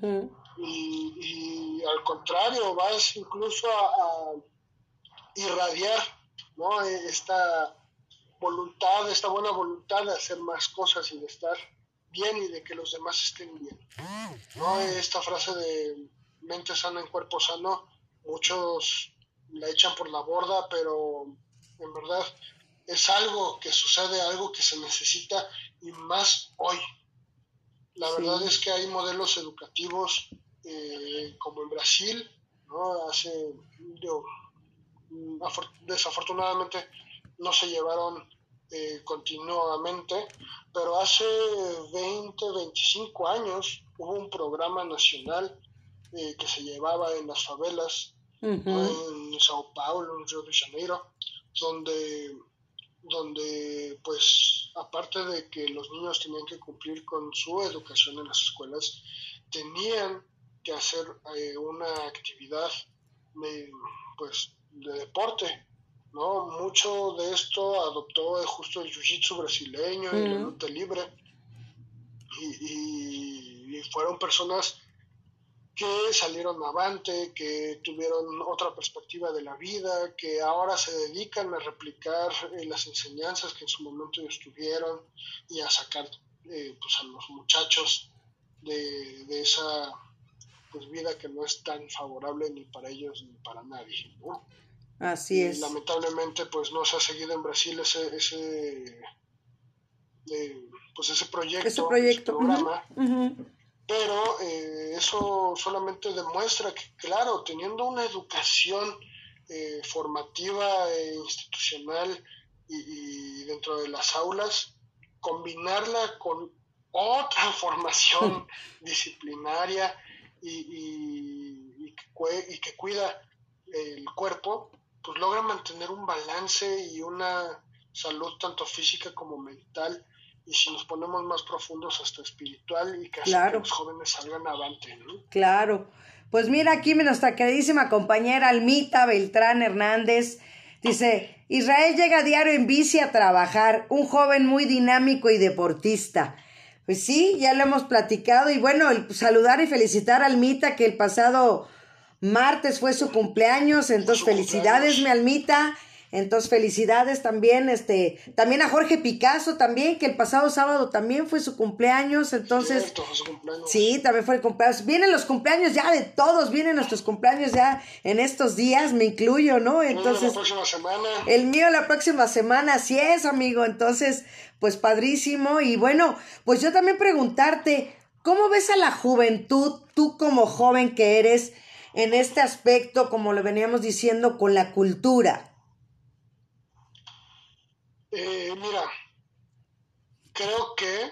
Y al contrario, vas incluso a irradiar, ¿no? Esta buena voluntad de hacer más cosas y de estar bien y de que los demás estén bien, ¿no? Esta frase de mente sana en cuerpo sano, muchos la echan por la borda, pero en verdad es algo que sucede, algo que se necesita, y más hoy. La verdad es que hay modelos educativos como en Brasil, ¿no? Desafortunadamente no se llevaron continuamente, pero hace 25 años hubo un programa nacional que se llevaba en las favelas, en Sao Paulo, en Río de Janeiro, donde pues aparte de que los niños tenían que cumplir con su educación en las escuelas, tenían que hacer una actividad pues de deporte, ¿no? Mucho de esto adoptó justo el jiu-jitsu brasileño y la lucha libre, y fueron personas que salieron avante, que tuvieron otra perspectiva de la vida, que ahora se dedican a replicar las enseñanzas que en su momento ellos tuvieron y a sacar pues a los muchachos de esa pues vida que no es tan favorable ni para ellos ni para nadie, ¿no? Así es. Lamentablemente pues no se ha seguido en Brasil pues ese proyecto, ese programa, pero eso solamente demuestra que, claro, teniendo una educación formativa e institucional y dentro de las aulas, combinarla con otra formación disciplinaria y que cuida el cuerpo, pues logra mantener un balance y una salud tanto física como mental, y si nos ponemos más profundos hasta espiritual, y que hace que los jóvenes salgan avante, ¿no? Claro. Pues mira, aquí nuestra queridísima compañera Almita Beltrán Hernández dice: Israel llega a diario en bici a trabajar, un joven muy dinámico y deportista. Pues sí, ya lo hemos platicado, y bueno, saludar y felicitar a Almita, que el pasado martes fue su cumpleaños, entonces felicidades, mi Almita. Entonces felicidades también, también a Jorge Picasso también, que el pasado sábado también fue su cumpleaños, entonces cierto, su cumpleaños. Sí, también fue el cumpleaños. Vienen los cumpleaños ya de todos, vienen nuestros cumpleaños ya en estos días, me incluyo, ¿no? Entonces, la próxima semana. El mío la próxima semana, así es, amigo. Entonces, pues padrísimo. Y bueno, pues yo también preguntarte, ¿cómo ves a la juventud, tú como joven que eres, en este aspecto, como lo veníamos diciendo, con la cultura? Mira, creo que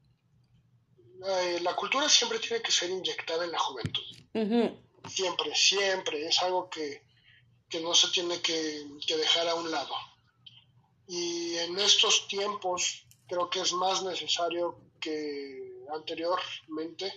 la cultura siempre tiene que ser inyectada en la juventud. Siempre, siempre. Es algo que no se tiene que dejar a un lado. Y en estos tiempos creo que es más necesario que anteriormente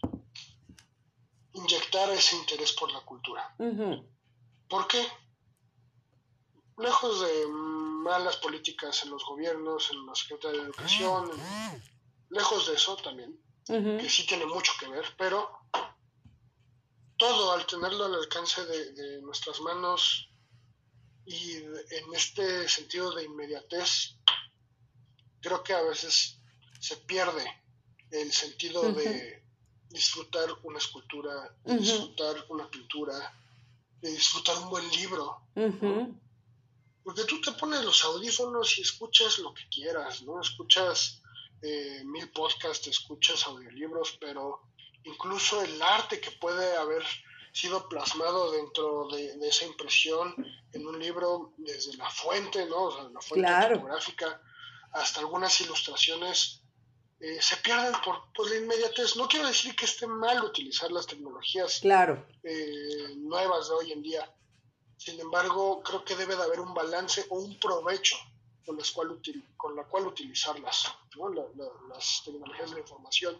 inyectar ese interés por la cultura. ¿Por qué? Lejos de malas políticas en los gobiernos, en la Secretaría de Educación, lejos de eso también, que sí tiene mucho que ver, pero todo al tenerlo al alcance de nuestras manos y en este sentido de inmediatez, creo que a veces se pierde el sentido de disfrutar una escultura, de disfrutar una pintura, de disfrutar un buen libro, ¿no? Porque tú te pones los audífonos y escuchas lo que quieras, ¿no? Escuchas 1000 podcasts, escuchas audiolibros, pero incluso el arte que puede haber sido plasmado dentro de esa impresión en un libro, desde la fuente, ¿no? O sea, la fuente fotográfica, hasta algunas ilustraciones, se pierden por la inmediatez. No quiero decir que esté mal utilizar las tecnologías nuevas de hoy en día. Sin embargo, creo que debe de haber un balance o un provecho con la cual utilizarlas, ¿no? Las tecnologías de la información.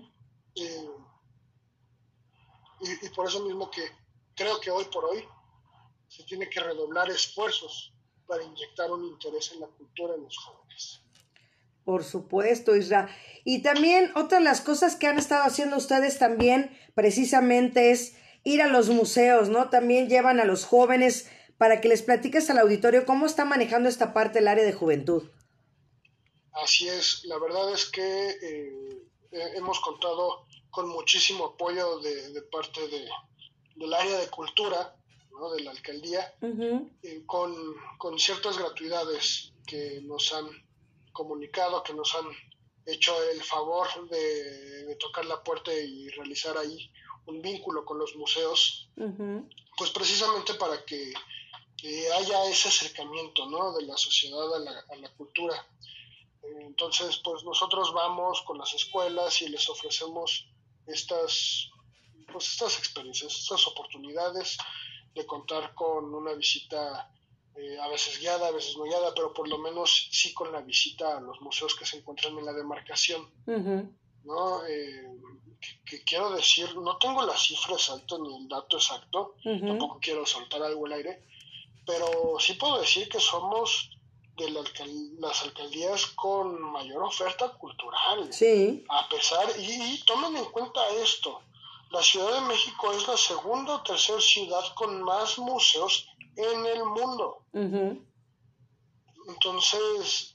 Y por eso mismo que creo que hoy por hoy se tiene que redoblar esfuerzos para inyectar un interés en la cultura en los jóvenes. Por supuesto, Isra. Y también otra de las cosas que han estado haciendo ustedes también precisamente es ir a los museos, ¿no? También llevan a los jóvenes para que les platiques al auditorio cómo está manejando esta parte del área de juventud. Así es, la verdad es que hemos contado con muchísimo apoyo de parte del área de cultura, ¿no? De la alcaldía, con ciertas gratuidades que nos han comunicado, que nos han hecho el favor de tocar la puerta y realizar ahí un vínculo con los museos, pues precisamente para que haya ese acercamiento, ¿no? De la sociedad a la cultura. Entonces, pues nosotros vamos con las escuelas y les ofrecemos estas experiencias, estas oportunidades de contar con una visita a veces guiada, a veces no guiada, pero por lo menos sí con la visita a los museos que se encuentran en la demarcación, ¿no? Que quiero decir, no tengo la cifra exacta ni el dato exacto, tampoco quiero soltar algo al aire, pero sí puedo decir que somos de las alcaldías con mayor oferta cultural. Sí. A pesar, y tomen en cuenta esto, la Ciudad de México es la segunda o tercera ciudad con más museos en el mundo. Entonces,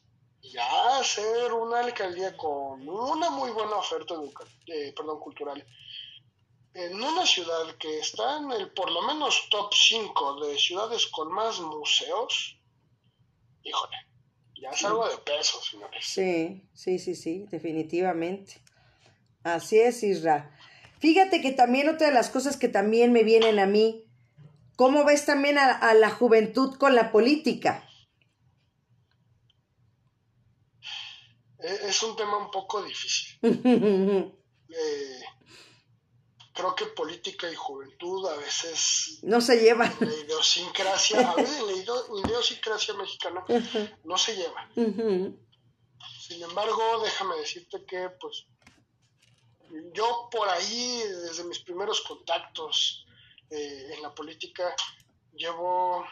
ya hacer una alcaldía con una muy buena oferta cultural en una ciudad que está en el por lo menos top 5 de ciudades con más museos, híjole, ya es algo de peso, señores. Sí, definitivamente. Así es, Isra. Fíjate que también otra de las cosas que también me vienen a mí, ¿cómo ves también a la juventud con la política? Es un tema un poco difícil. Creo que política y juventud a veces no se llevan. La idiosincrasia, a veces la idiosincrasia mexicana no se lleva. Sin embargo, déjame decirte que pues yo por ahí, desde mis primeros contactos en la política, llevo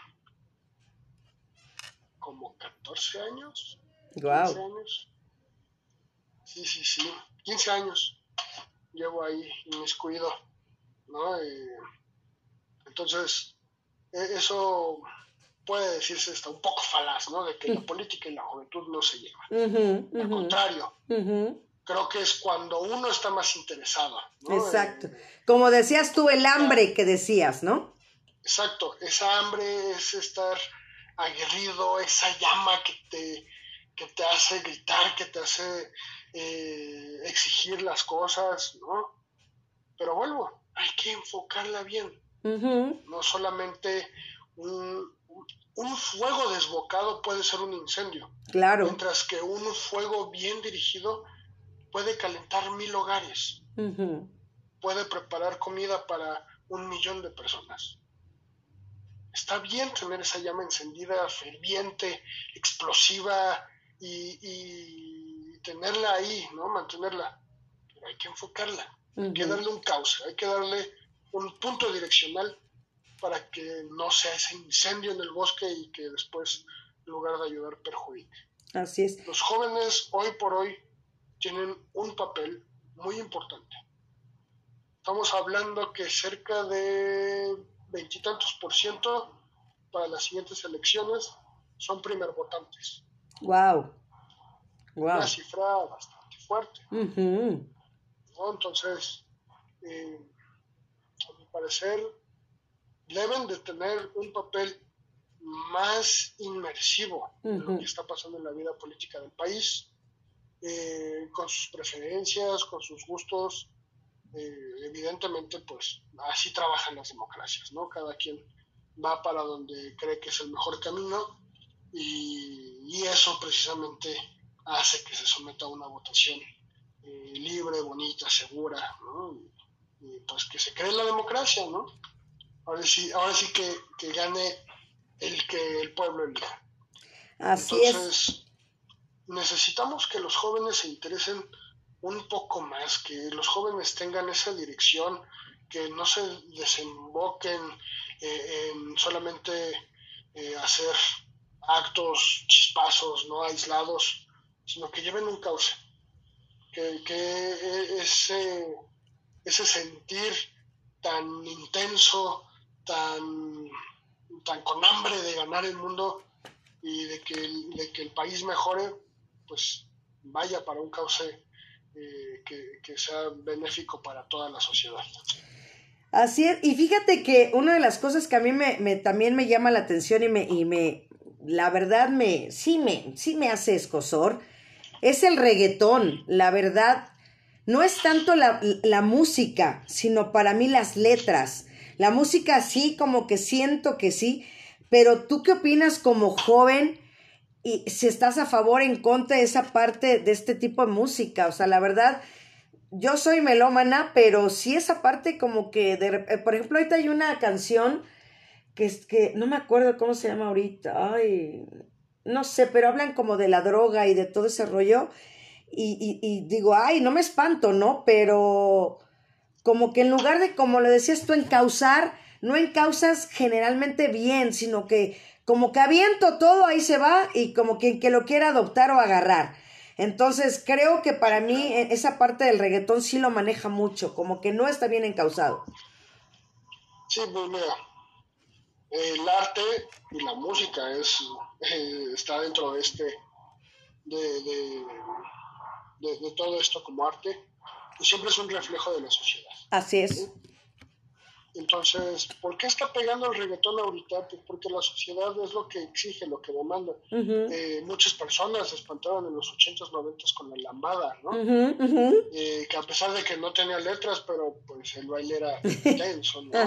como 14 años, 15 años. Sí, 15 años llevo ahí inmiscuido, ¿no? Entonces, eso puede decirse hasta un poco falaz, ¿no? De que la política y la juventud no se llevan. Al contrario, creo que es cuando uno está más interesado, ¿no? Exacto. Como decías tú, el hambre que decías, ¿no? Exacto. Esa hambre es estar aguerrido, esa llama que te hace gritar, que te hace exigir las cosas, ¿no? Pero vuelvo, hay que enfocarla bien. No solamente un fuego desbocado puede ser un incendio. Claro. Mientras que un fuego bien dirigido puede calentar 1000 hogares. Puede preparar comida para 1,000,000 de personas. Está bien tener esa llama encendida, ferviente, explosiva y tenerla ahí, ¿no? Mantenerla. Pero hay que enfocarla. Hay que darle un cauce, hay que darle un punto direccional para que no sea ese incendio en el bosque y que después, en lugar de ayudar, perjudique. Así es. Los jóvenes hoy por hoy tienen un papel muy importante. Estamos hablando que cerca de 20 y tantos %, para las siguientes elecciones, son primer votantes. Wow. Una cifra bastante fuerte. ¿No? Entonces, a mi parecer, deben de tener un papel más inmersivo en lo que está pasando en la vida política del país, con sus preferencias, con sus gustos. Evidentemente, pues así trabajan las democracias, ¿no? Cada quien va para donde cree que es el mejor camino y eso precisamente hace que se someta a una votación libre, bonita, segura, ¿no? Y pues que se cree en la democracia, ¿no? Ahora sí que gane el que el pueblo elija. Así Entonces, necesitamos que los jóvenes se interesen un poco más, que los jóvenes tengan esa dirección, que no se desemboquen en solamente hacer actos, chispazos, no aislados, sino que lleven un cauce, que ese sentir tan intenso, tan con hambre de ganar el mundo y de que el país mejore, pues vaya para un cauce que sea benéfico para toda la sociedad. Así es, y fíjate que una de las cosas que a mí también me llama la atención y la verdad sí me hace escozor, es el reggaetón. La verdad, no es tanto la música, sino para mí las letras. La música sí, como que siento que sí, pero ¿tú qué opinas como joven? Y si estás a favor o en contra de esa parte de este tipo de música. O sea, la verdad, yo soy melómana, pero sí esa parte como que, por ejemplo, ahorita hay una canción que no me acuerdo cómo se llama ahorita, ay, no sé, pero hablan como de la droga y de todo ese rollo, y digo, ay, no me espanto, ¿no? Pero como que en lugar de, como lo decías tú, encauzar, no encauzas generalmente bien, sino que como que aviento todo, ahí se va, y como quien que lo quiera adoptar o agarrar. Entonces creo que para mí esa parte del reggaetón sí lo maneja mucho, como que no está bien encauzado. Sí, pues mira, el arte y la música está dentro de de todo esto como arte, y siempre es un reflejo de la sociedad. Así es. ¿Sí? Entonces, ¿por qué está pegando el reggaetón ahorita? Pues porque la sociedad es lo que exige, lo que demanda. Muchas personas se espantaron en los 80s, 90s con la lambada, ¿no? Que a pesar de que no tenía letras, pero pues el baile era intenso, ¿no?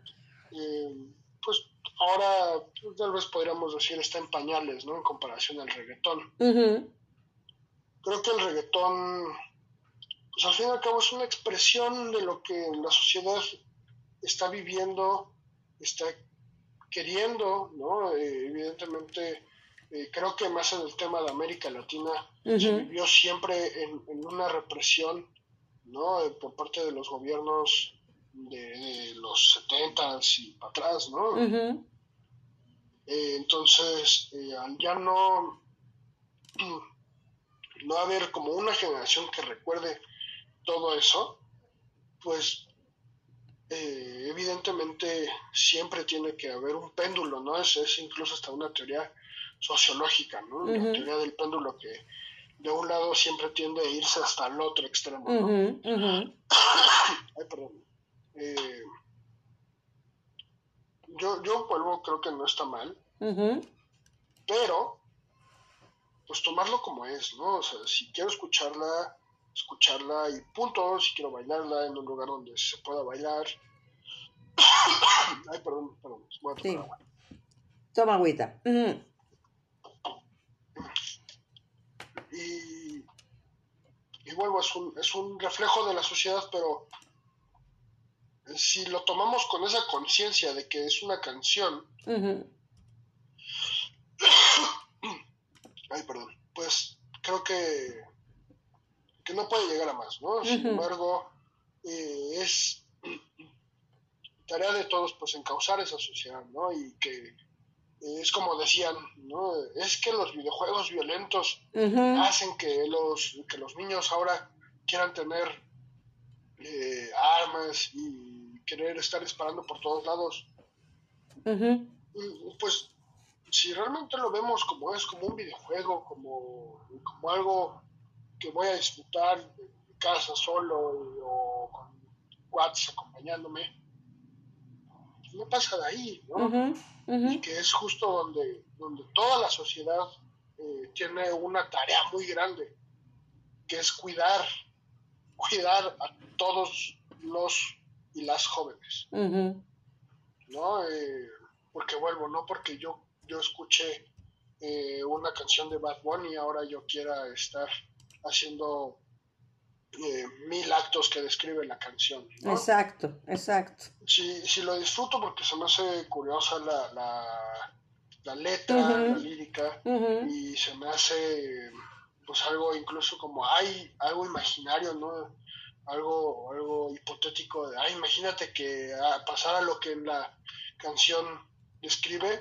Pues ahora pues, tal vez podríamos decir está en pañales, ¿no? En comparación al reggaetón. Creo que el reggaetón, pues al fin y al cabo es una expresión de lo que la sociedad está viviendo, está queriendo, ¿no? Evidentemente, creo que más en el tema de América Latina se vivió siempre en una represión, ¿no? Por parte de los gobiernos de los 70s y para atrás, ¿no? Entonces, al ya no haber como una generación que recuerde todo eso, pues evidentemente siempre tiene que haber un péndulo, ¿no? Es incluso hasta una teoría sociológica, ¿no? La teoría del péndulo que de un lado siempre tiende a irse hasta el otro extremo, ¿no? Ay, perdón. Yo vuelvo, creo que no está mal, pero pues tomarlo como es, ¿no? O sea, si quiero escucharla y punto. Si quiero bailarla en un lugar donde se pueda bailar. Ay, perdón, voy a tomar agua. Toma agüita. Y vuelvo, es un reflejo de la sociedad, pero si lo tomamos con esa conciencia de que es una canción, ay, perdón, pues creo que no puede llegar a más, ¿no? Sin embargo, es tarea de todos, pues, encauzar esa sociedad, ¿no? Y que es como decían, ¿no? Es que los videojuegos violentos hacen que los niños ahora quieran tener armas y querer estar disparando por todos lados. Pues, si realmente lo vemos como un videojuego, como algo que voy a disfrutar en mi casa solo o con Watts acompañándome, no pasa de ahí, ¿no? Y que es justo donde toda la sociedad tiene una tarea muy grande, que es cuidar a todos los y las jóvenes, ¿no? Porque vuelvo, no porque yo escuché una canción de Bad Bunny, ahora yo quiera estar haciendo 1000 actos que describe la canción, ¿no? Exacto. Si lo disfruto porque se me hace curiosa la letra, la lírica, y se me hace pues algo incluso como hay algo imaginario, ¿no? Algo hipotético de, imagínate que pasara lo que en la canción describe,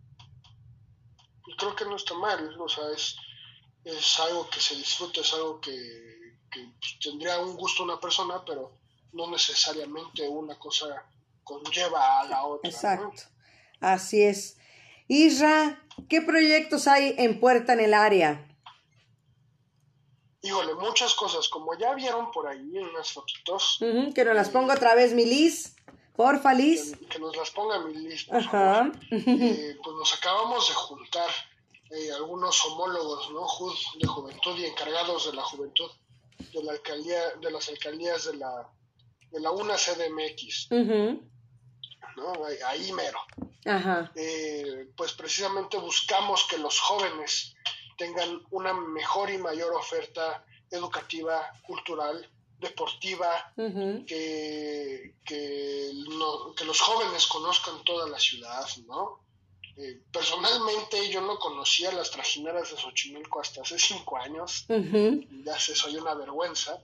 y creo que no está mal, o sea, es algo que se disfruta, es algo que pues, tendría un gusto una persona, pero no necesariamente una cosa conlleva a la otra. Exacto, ¿no? Así es. Isra, ¿qué proyectos hay en puerta en el área? Híjole, muchas cosas, como ya vieron por ahí en unas fotitos. Que nos las ponga otra vez mi Liz, porfa Liz. Que nos las ponga mi Liz, por favor. Pues nos acabamos de juntar algunos homólogos, ¿no? De juventud y encargados de la juventud de la alcaldía, de las alcaldías de la UNA CDMX, ¿no? Ahí mero. Pues precisamente buscamos que los jóvenes tengan una mejor y mayor oferta educativa, cultural, deportiva, que los jóvenes conozcan toda la ciudad, ¿no? Personalmente yo no conocía las trajineras de Xochimilco hasta hace 5 años, ya sé, soy una vergüenza,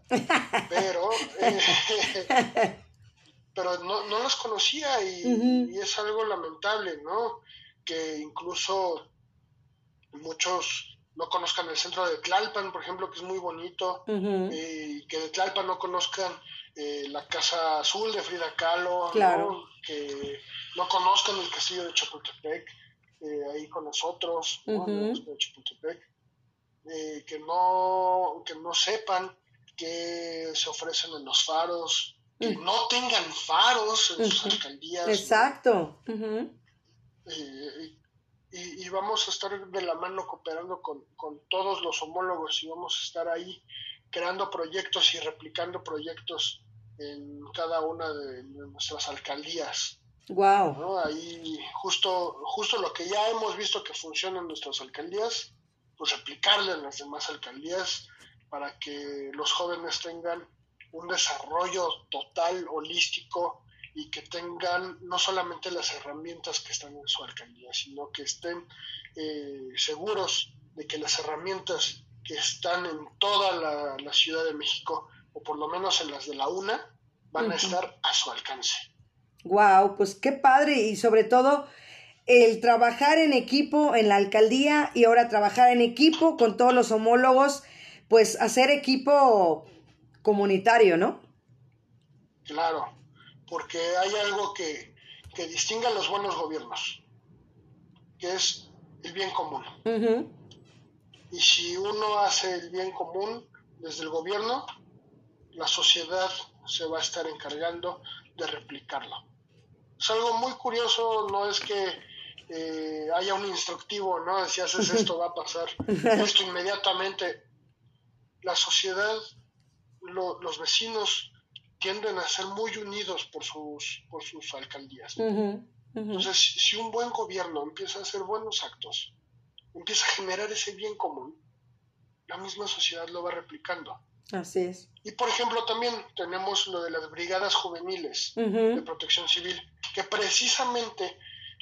pero no las conocía y es algo lamentable, ¿no? Que incluso muchos no conozcan el centro de Tlalpan, por ejemplo, que es muy bonito, y que de Tlalpan no conozcan la Casa Azul de Frida Kahlo, claro. ¿no? Que no conozcan el castillo de Chapultepec, ahí con nosotros, ¿no? El castillo de Chapultepec. que no sepan que se ofrecen en los faros, que no tengan faros en sus alcaldías. Exacto. Y vamos a estar de la mano cooperando con todos los homólogos y vamos a estar ahí creando proyectos y replicando proyectos en cada una de nuestras alcaldías. Wow. ¿No? Ahí justo lo que ya hemos visto que funciona en nuestras alcaldías, pues replicarlo en las demás alcaldías para que los jóvenes tengan un desarrollo total, holístico, y que tengan no solamente las herramientas que están en su alcaldía, sino que estén seguros de que las herramientas que están en toda la Ciudad de México, o por lo menos en las de la UNA, van a estar a su alcance. Wow, pues qué padre, y sobre todo el trabajar en equipo en la alcaldía y ahora trabajar en equipo con todos los homólogos, pues hacer equipo comunitario, ¿no? Claro, porque hay algo que distingue a los buenos gobiernos, que es el bien común. Y si uno hace el bien común desde el gobierno, la sociedad se va a estar encargando de replicarlo. Es algo muy curioso, no es que haya un instructivo, ¿no? Si haces esto va a pasar esto inmediatamente. La sociedad, los vecinos tienden a ser muy unidos por sus alcaldías. Entonces, si un buen gobierno empieza a hacer buenos actos, empieza a generar ese bien común, la misma sociedad lo va replicando. Así es. Y por ejemplo también tenemos lo de las brigadas juveniles de protección civil, que precisamente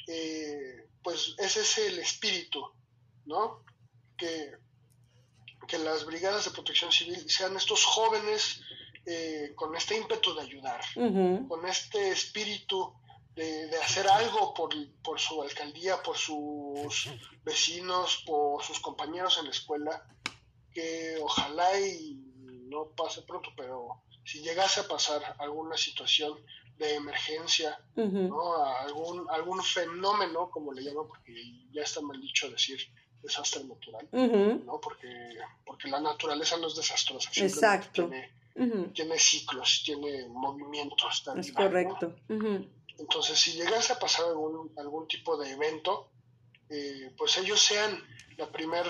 pues ese es el espíritu, ¿no? Que las brigadas de protección civil sean estos jóvenes con este ímpetu de ayudar, con este espíritu de hacer algo por su alcaldía, por sus vecinos, por sus compañeros en la escuela, que ojalá y no pase pronto, pero si llegase a pasar alguna situación de emergencia, ¿no? algún fenómeno, como le llaman, porque ya está mal dicho decir desastre natural, ¿no? Porque la naturaleza no es desastrosa, exacto. Tiene ciclos, tiene movimientos, está es viva, correcto. ¿no? Entonces, si llegase a pasar algún tipo de evento, pues ellos sean la primer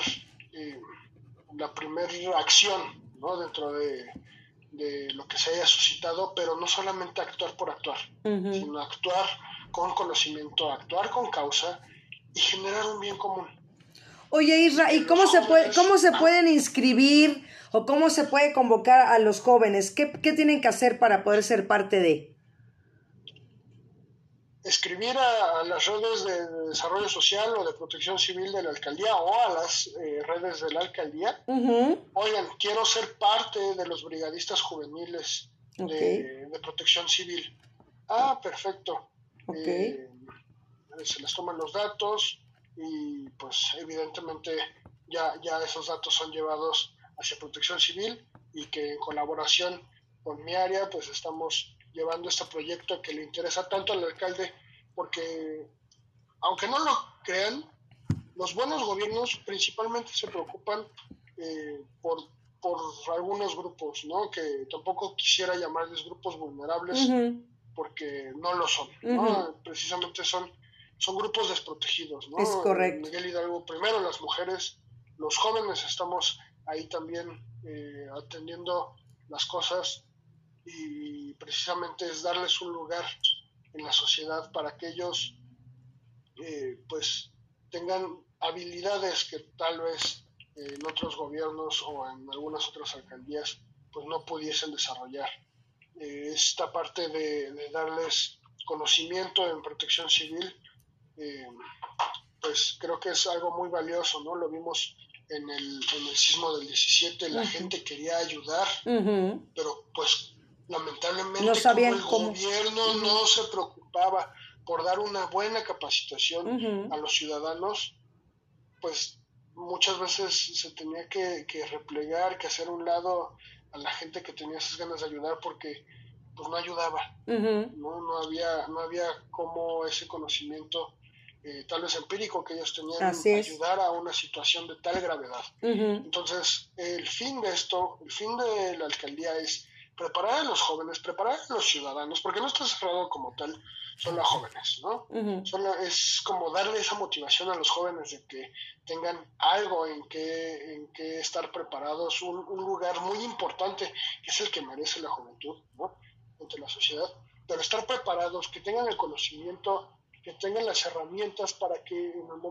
acción, ¿no? Dentro de lo que se haya suscitado, pero no solamente actuar por actuar, sino actuar con conocimiento, actuar con causa y generar un bien común. Oye, Isra, ¿y cómo se pueden inscribir o cómo se puede convocar a los jóvenes? ¿Qué tienen que hacer para poder ser parte de? Escribir a las redes de desarrollo social o de protección civil de la alcaldía o a las redes de la alcaldía. Oigan, quiero ser parte de los brigadistas juveniles de protección civil. Ah, perfecto. Se les toman los datos y pues evidentemente ya esos datos son llevados hacia protección civil y que en colaboración con mi área pues estamos llevando este proyecto que le interesa tanto al alcalde, porque aunque no lo crean, los buenos gobiernos principalmente se preocupan por algunos grupos, ¿no? Que tampoco quisiera llamarles grupos vulnerables, porque no lo son, ¿no? Precisamente son grupos desprotegidos, ¿no? Es correcto. Miguel Hidalgo, primero las mujeres, los jóvenes estamos ahí también atendiendo las cosas, y precisamente es darles un lugar en la sociedad para que ellos pues tengan habilidades que tal vez en otros gobiernos o en algunas otras alcaldías pues no pudiesen desarrollar. Esta parte de darles conocimiento en protección civil pues creo que es algo muy valioso, ¿no? Lo vimos en el sismo del 17, la gente quería ayudar, pero pues lamentablemente no sabían como el gobierno no se preocupaba por dar una buena capacitación a los ciudadanos, pues muchas veces se tenía que replegar, que hacer un lado a la gente que tenía esas ganas de ayudar, porque pues no ayudaba, no había como ese conocimiento tal vez empírico que ellos tenían, Así es. ayudar a una situación de tal gravedad. Entonces, el fin de esto, el fin de la alcaldía es preparar a los jóvenes, preparar a los ciudadanos, porque no está cerrado como tal solo a jóvenes, ¿no? Es como darle esa motivación a los jóvenes de que tengan algo en que estar preparados, un lugar muy importante, que es el que merece la juventud, ¿no? Ante la sociedad, pero estar preparados, que tengan el conocimiento, que tengan las herramientas para que en el momento